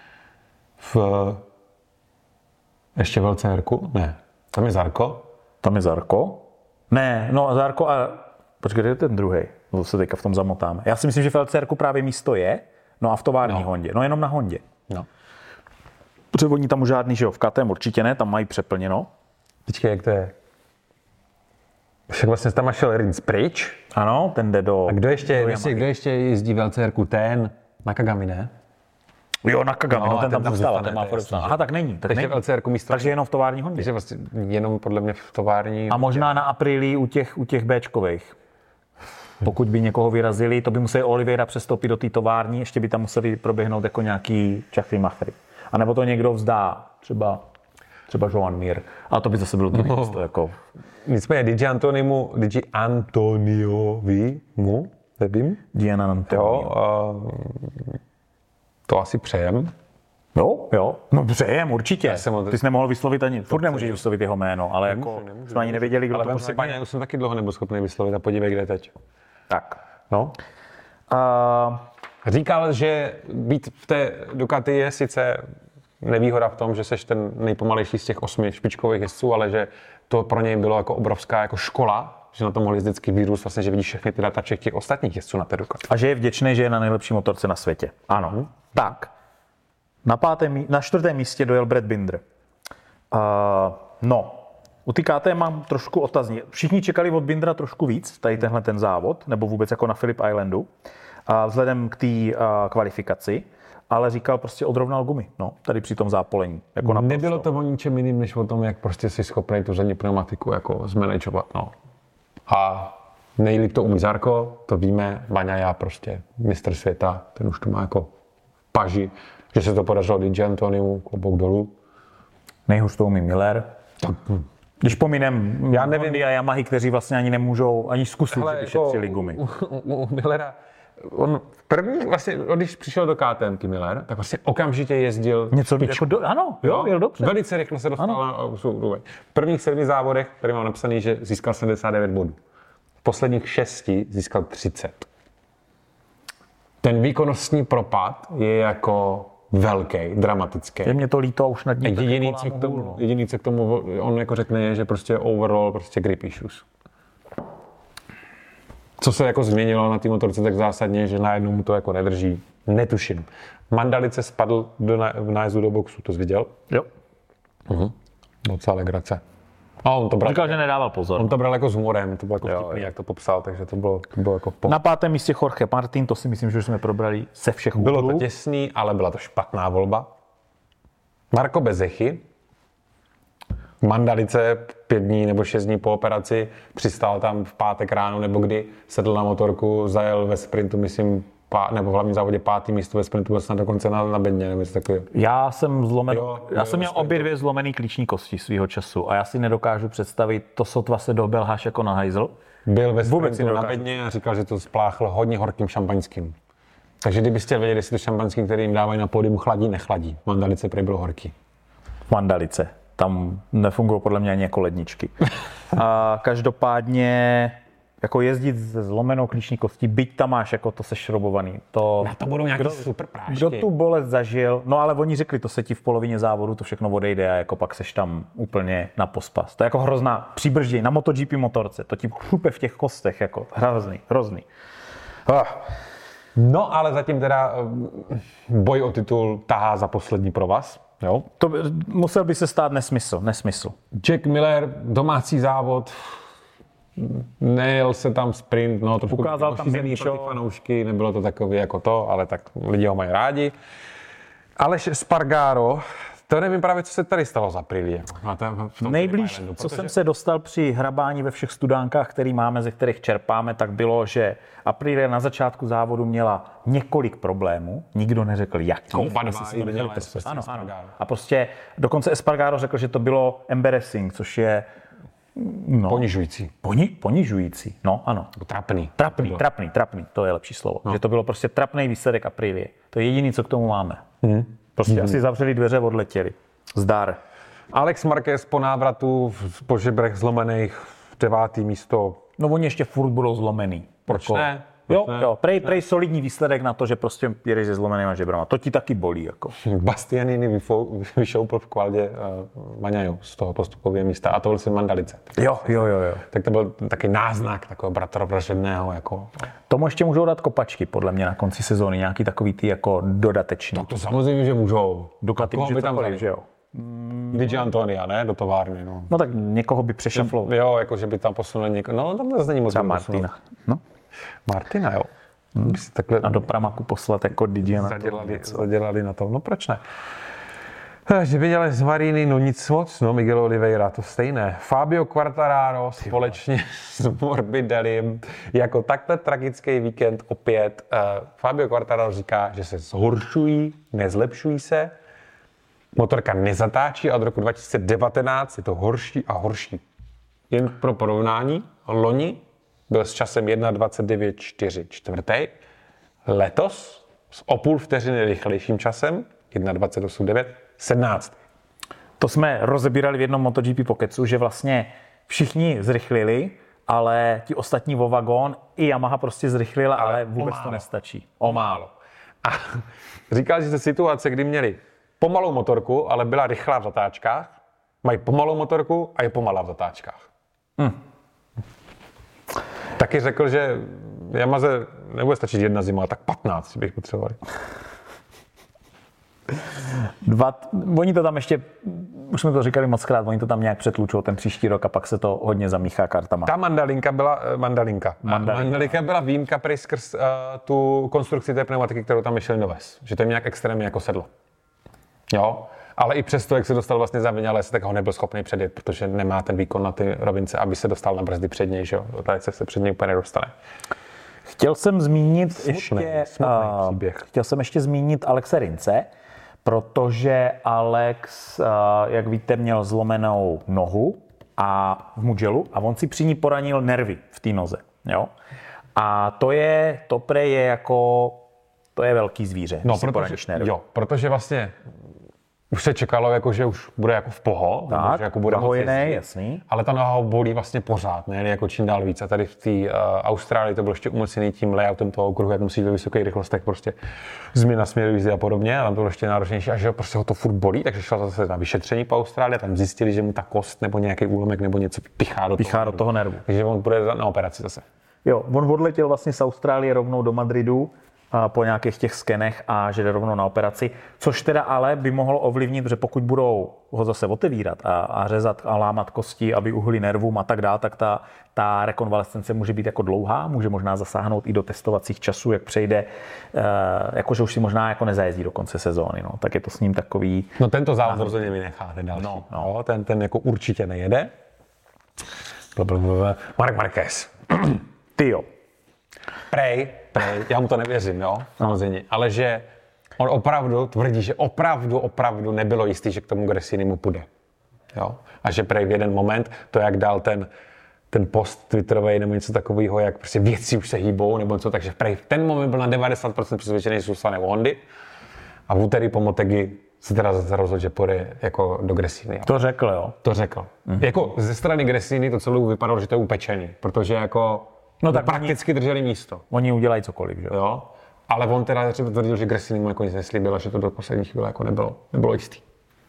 S2: Ještě v LCR-ku? Ne. Tam je Zarco?
S1: Ne, no Zarco a... Počkej, kde je ten druhej? To se teďka v tom zamotáme. Já si myslím, že v LCR-ku právě místo je, no a v tovární Hondě. No jenom na Hondě.
S2: No.
S1: Protože oni tam už žádný, že jo, v KTM určitě ne, tam mají přeplněno.
S2: Počkej, jak to je? Však vlastně tam šel Rins pryč.
S1: Ano, ten jde do...
S2: A kdo ještě jezdí v LCR-ku? Ten Nakagami, ne?
S1: Jo, Nakagami, no ten tam zůstává, ten má
S2: jasný,
S1: podepsaný. Aha, tak není.
S2: Takže v LCR-ku místo.
S1: Takže jenom v tovární Hondě.
S2: Takže vlastně jenom podle mě v tovární.
S1: A možná na Aprilii u těch Bčkových. Pokud by někoho vyrazili, to by museli Oliveira přestoupit do té tovární, ještě by tam museli proběhnout jako nějaký čachry machry. A nebo to někdo vzdá, třeba Joan Mir. A to by zase bylo to místo, jako...
S2: Nicméně Di Antoniovi mu, nevím.
S1: Gian Antonio.
S2: Jo, to asi přejem.
S1: Jo, no přejem, určitě. Ty jsi nemohl vyslovit ani, furt nemůžeš vyslovit jeho jméno, ale jako jsme ani nevěděli, kdo
S2: ale
S1: to prostě...
S2: Ale já jsem taky dlouho nebyl schopný vyslovit a podívej, kde je teď.
S1: Tak.
S2: No. Říkal, že být v té Ducati je sice nevýhoda v tom, že seš ten nejpomalejší z těch 8 špičkových jezdců, ale že to pro něj bylo jako obrovská jako škola, že na tom mohli vždycky vyrůst, vlastně, že vidíš všechny ty data všech těch ostatních jezdců na té Ducati.
S1: A že je vděčný, že je na nejlepší motorce na světě. Ano. Tak. Na 4. místě dojel Brad Binder. U té KT mám trošku otazní. Všichni čekali od Bindera trošku víc, tady tenhle ten závod, nebo vůbec jako na Phillip Islandu, vzhledem k té kvalifikaci, ale říkal prostě odrovnal gumy, tady při tom zápolení. Jako
S2: nebylo to o ničem jiným, než o tom, jak prostě jsi schopný tu zadní pneumatiku jako zmanagovat, A nejlíp to umí Zarko, to víme, Vaňa já prostě mistr světa, ten už to má jako paži, že se to podařilo Di Antonimu, klobouk dolů.
S1: Nejhůř to umí Miller. Když pominem Hondy a Yamahy, kteří vlastně ani nemůžou ani zkusit, že by šetřili gumy.
S2: U Millera, on první, vlastně, když přišel do KTMky Miller, tak vlastně okamžitě jezdil
S1: něco jako jel dobře.
S2: Velice rychle se dostal na úroveň. V prvních 7 závodech, který mám napsaný, že získal 79 bodů. V posledních 6 získal 30. Ten výkonnostní propad je jako velký, dramatický.
S1: Je mě to líto a už nad ním
S2: jediný, co k tomu on jako řekne, je, že prostě overall prostě grip issues. Co se jako změnilo na té motorce tak zásadně, že najednou mu to jako nedrží, netuším. Mandalice spadl v nájezdu do boxu, to jsi viděl?
S1: Jo.
S2: Docela legrace. A on to bral,
S1: říkal, že nedával pozor.
S2: On to bral jako s humorem, to bylo jako vtipný, jak to popsal, takže to bylo jako
S1: Na 5. místě Jorge Martin, to si myslím, že už jsme probrali se všech úhlů.
S2: Bylo to těsný, ale byla to špatná volba. Marco Bezzecchi, Mandalice 5 dní nebo 6 dní po operaci, přistál tam v pátek ráno nebo kdy, sedl na motorku, zajel ve sprintu, myslím, nebo v hlavním závodě 5. místo ve sprintu, byl snad dokonce na bedně, nebo něco takového.
S1: Já jsem měl obě 2 zlomený klíční kosti svýho času a já si nedokážu představit, to sotva se dobelháš jako na hajzl.
S2: Byl ve sprintu na bedně a říkal, že to spláchl hodně horkým šampaňským. Takže kdybyste věděli, jestli to šampaňský, který jim dávají na pódium, chladí, nechladí. Mandalice prý bylo horký.
S1: Mandalice. Tam nefungují podle mě ani jako ledničky. A každopádně jako jezdit se zlomenou klíční kostí, byť tam máš jako to sešrobovaný.
S2: Na to budou nějaký super prášky.
S1: Kdo tu bolest zažil, ale oni řekli, to se ti v polovině závodu to všechno odejde a jako pak seš tam úplně na pospas. To je jako hrozná příbrždění na MotoGP motorce, to ti chlupe v těch kostech, jako hrozný.
S2: No, ale zatím teda boj o titul tahá za poslední provaz. Jo?
S1: To musel by se stát nesmysl.
S2: Jack Miller, domácí závod, nejel se tam sprint, trošku
S1: ukázal tam
S2: ty fanoušky, nebylo to takový jako to, ale tak lidi ho mají rádi. Aleš Espargaro, to nevím právě, co se tady stalo za Aprilie.
S1: Nejblíž, co jsem se dostal při hrabání ve všech studánkách, který máme, ze kterých čerpáme, tak bylo, že Aprilia na začátku závodu měla několik problémů. Nikdo neřekl, jaký. Ano. A prostě dokonce Espargaro řekl, že to bylo embarrassing, což je
S2: ponižující.
S1: Ponižující, ano. Trapný, to je lepší slovo. Že to bylo prostě trapný výsledek Aprilie. To je jediný, co k tomu máme. Prostě asi zavřeli dveře, odletěli. Zdar.
S2: Alex Marquez po návratu po žebrech zlomených 9. místo.
S1: No oni ještě furt budou zlomený.
S2: Proč ne?
S1: Jo, prej solidní výsledek na to, že prostě jedeš se zlomenýma žebrama. To ti taky bolí. Jako.
S2: Bastianini vyšoupl v kvaldě Maňaju z toho postupového místa a to byl si Mandalice.
S1: Jo.
S2: Tak to byl taky náznak takového bratrovražedného. Jako.
S1: Tomu ještě můžou dát kopačky, podle mě, na konci sezóny. Nějaký takový ty jako dodateční.
S2: To samozřejmě, že můžou.
S1: Ducati může cokoliv, že jo.
S2: Digi Antonia, ne? Do továrny, no.
S1: No tak někoho by přešafloval.
S2: Jo, jako že by tam posunul někoho. No, tam zase není moc.
S1: Třeba Martina. No.
S2: Martina, jo. By si takhle
S1: A do Pramaku poslat jako Digi Antonia.
S2: zadělali na to. No proč ne? Že viděli z Maríny, no nic moc, no Miguel Oliveira, to stejné. Fabio Quartararo společně s Morbidellim, jako takhle tragický víkend opět. Fabio Quartararo říká, že se zhoršují, nezlepšují se, motorka nezatáčí a od roku 2019 je to horší a horší. Jen pro porovnání, loni byl s časem 1.29.4 čtvrtý, letos s o půl vteřiny rychlejším časem 1.28.9 17.
S1: To jsme rozebírali v jednom MotoGP Pokecu, že vlastně všichni zrychlili, ale ti ostatní vo vagón i Yamaha prostě zrychlila, ale vůbec to nestačí.
S2: O málo. A říkal, že se situace, kdy měli pomalou motorku, ale byla rychlá v zatáčkách, mají pomalou motorku a je pomalá v zatáčkách. Taky řekl, že Yamaze nebude stačit jedna zima, ale tak 15 bych potřebovali.
S1: Oni to tam ještě, už jsme to říkali mockrát, oni to tam nějak přetlučou ten příští rok a pak se to hodně zamíchá kartama.
S2: Ta mandalinka byla Mandalinka byla výjimka prý skrz tu konstrukci té pneumatiky, kterou tam Michelin dovez. Že to jim nějak extrémně jako sedlo. Jo, ale i přesto, jak se dostal vlastně za Viñales, tak ho nebyl schopný předjet, protože nemá ten výkon na ty rovince, aby se dostal na brzdy před něj, že jo. Tady se před něj úplně nedostane.
S1: Chtěl jsem zmínit
S2: smutný
S1: ještě zmínit Alexe Rince, protože Alex, jak víte, měl zlomenou nohu a v Mugellu a on si při ní poranil nervy v té noze. Jo? A to je velký zvíře, když si poraníš nervy.
S2: Jo, protože vlastně už se čekalo, jako, že už bude jako v poho,
S1: tak,
S2: že jako bude
S1: nahojený, jasný.
S2: Ale ta noha ho bolí vlastně pořád, ne jako čím dál víc. A tady v té Austrálii to bylo ještě umocněný tím layoutem toho okruhu, jak musí ve vysoké rychlostech prostě změna směru jízdy a podobně. A tam to bylo ještě náročnější a že prostě ho to furt bolí, takže šel zase na vyšetření po Austrálii a tam zjistili, že mu ta kost nebo nějaký úlomek nebo něco pichá do toho nervu. Takže on bude na operaci zase.
S1: Jo, on odletěl vlastně z Austrálie rovnou do Madridu po nějakých těch skenech a že jde rovnou na operaci, což teda ale by mohlo ovlivnit, že pokud budou ho zase otevírat a řezat a lámat kosti, aby uhly nervům a tak dále, tak ta rekonvalescence může být jako dlouhá, může možná zasáhnout i do testovacích časů, jak přejde, jakože už si možná jako nezajezdí do konce sezóny, no, tak je to s ním takový...
S2: No tento závod rozhodně vynechá, ten další. No, ten jako určitě nejede. Marc Marquez.
S1: Tyjo.
S2: Prej, já mu to nevěřím, jo, samozřejmě, ale že on opravdu tvrdí, že opravdu nebylo jistý, že k tomu Gresinimu půjde, jo, a že prej v jeden moment, to jak dal ten post twitterový nebo něco takového, jak prostě věci už se hýbou nebo něco, takže prej v ten moment byl na 90% přesvědčený, že zůstane u Hondy a v úterý po Motegi se teda rozhodl, že půjde jako do Gresini.
S1: To řekl, jo?
S2: To řekl. Jako ze strany Gresini to celou vypadalo, že to je upečený, protože jako no tak prakticky drželi místo.
S1: Oni udělají cokoliv, že
S2: jo? Ale on teda tvrdil, že Gresini mu jako nic neslíbil a že to do poslední chvíle jako nebylo jistý.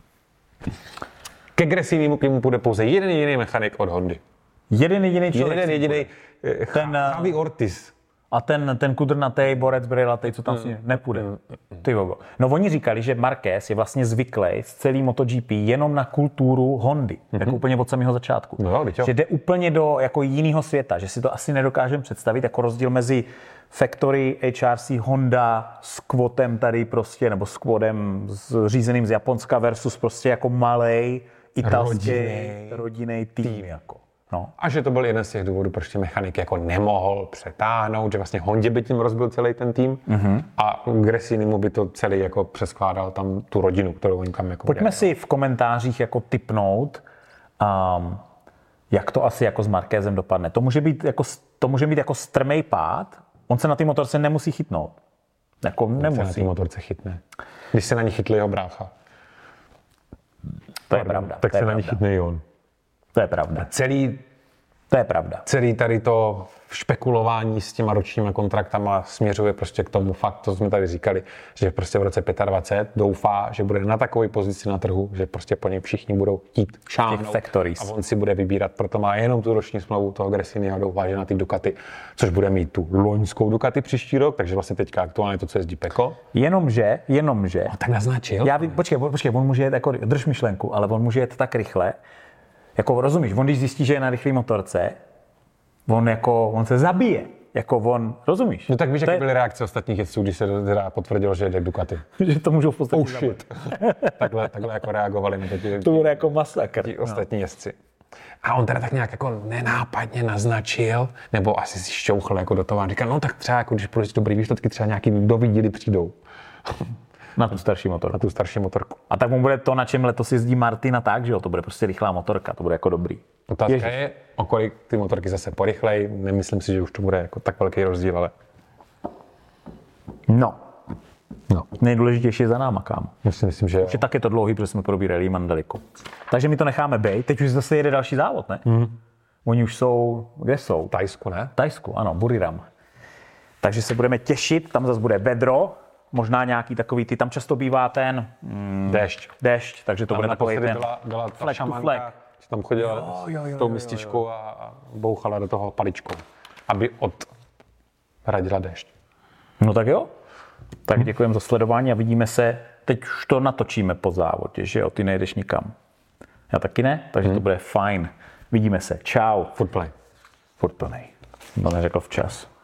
S2: Ke Gresinimu k němu půjde pouze jeden jediný mechanik od Hondy.
S1: Jeden jediný člověk.
S2: Jeden jediný Javi Ortiz.
S1: A ten kudrnatej borec brejlatej, co tam si nepůjde. Ty vogo. No oni říkali, že Marquez je vlastně zvyklý z celý MotoGP jenom na kulturu Hondy, jako úplně od samého začátku.
S2: No,
S1: že jde úplně do jako jiného světa, že si to asi nedokážeme představit, jako rozdíl mezi Factory, HRC, Honda, Squatem tady prostě, nebo Squadem řízeným z Japonska versus prostě jako malej italský rodinný tým jako. No.
S2: A že to byl jeden z těch důvodů, proč ty mechanik jako nemohl přetáhnout, že vlastně Hondě by tím rozbil celý ten tým a Gresinimu by to celý jako přeskládal tam tu rodinu, kterou oni tam jako
S1: Pojďme si v komentářích jako tipnout, jak to asi jako s Marquezem dopadne. To může být jako strmej pád, on se na té motorce nemusí chytnout. Jako nemusí.
S2: Se na té motorce chytne. Když se na ní chytl jeho brácha.
S1: To je pravda.
S2: Tak se na ní chytne i on.
S1: To je pravda.
S2: Celý
S1: To je pravda.
S2: Celý tady to špekulování s těma ročníma kontraktama směřuje prostě k tomu fakt, co jsme tady říkali, že prostě v roce 25 doufá, že bude na takové pozici na trhu, že prostě po něj všichni budou chtít šáhnout a on si bude vybírat, proto má jenom tu roční smlouvu toho Gresini a doufá, že na ty Ducati, což bude mít tu loňskou Ducati příští rok, takže vlastně teďka aktuálně to, co jezdí Pecco.
S1: Jenomže.
S2: Tak naznačil.
S1: Já vím, počkej, on může jet jako, drž myšlenku, ale on může jet tak rychle, jako rozumíš, on když zjistí, že je na rychlé motorce, on se zabije, jako on, rozumíš?
S2: No tak víš, jaké byly reakce ostatních jezdců, když se teda potvrdilo, že jde Ducati.
S1: Že to můžou v podstatě
S2: shit. takhle jako reagovali na
S1: to bude jako masakr.
S2: Ti ostatní jezdci. A on teda tak nějak jako nenápadně naznačil, nebo asi si šťouchl jako do toho a říkal, no tak třeba jako, když půjdeš dobrý výsledky, třeba nějaký dovidili přijdou.
S1: Na tu starší motorku. A tak mu bude to, na čem letos jezdí Martina, tak, že jo? To bude prostě rychlá motorka, to bude jako dobrý.
S2: Otázka je, o kolik ty motorky zase porychlej. Nemyslím si, že už to bude jako tak velký rozdíl, ale...
S1: No. Nejdůležitější je za náma, kámo.
S2: Myslím, že jo.
S1: Tak je to dlouhý, protože jsme probírali Mandaliku. Takže my to necháme bejt. Teď už zase jede další závod, ne? Oni už jsou, kde jsou?
S2: Tajsku, ne?
S1: Tajsku, ano, Buriram. Takže se budeme těšit, tam zase bude vedro, možná nějaký takový, tam často bývá ten... Déšť, takže to bude takový ten...
S2: Byla ta šamanka, že tam chodila s tou mističkou a bouchala do toho paličkou, aby odradila déšť.
S1: No tak jo. Tak děkujeme za sledování a vidíme se, teď už to natočíme po závodě, že jo, ty nejdeš nikam. Já taky ne, takže to bude fajn. Vidíme se, čau.
S2: Furt play.
S1: No neřekl včas.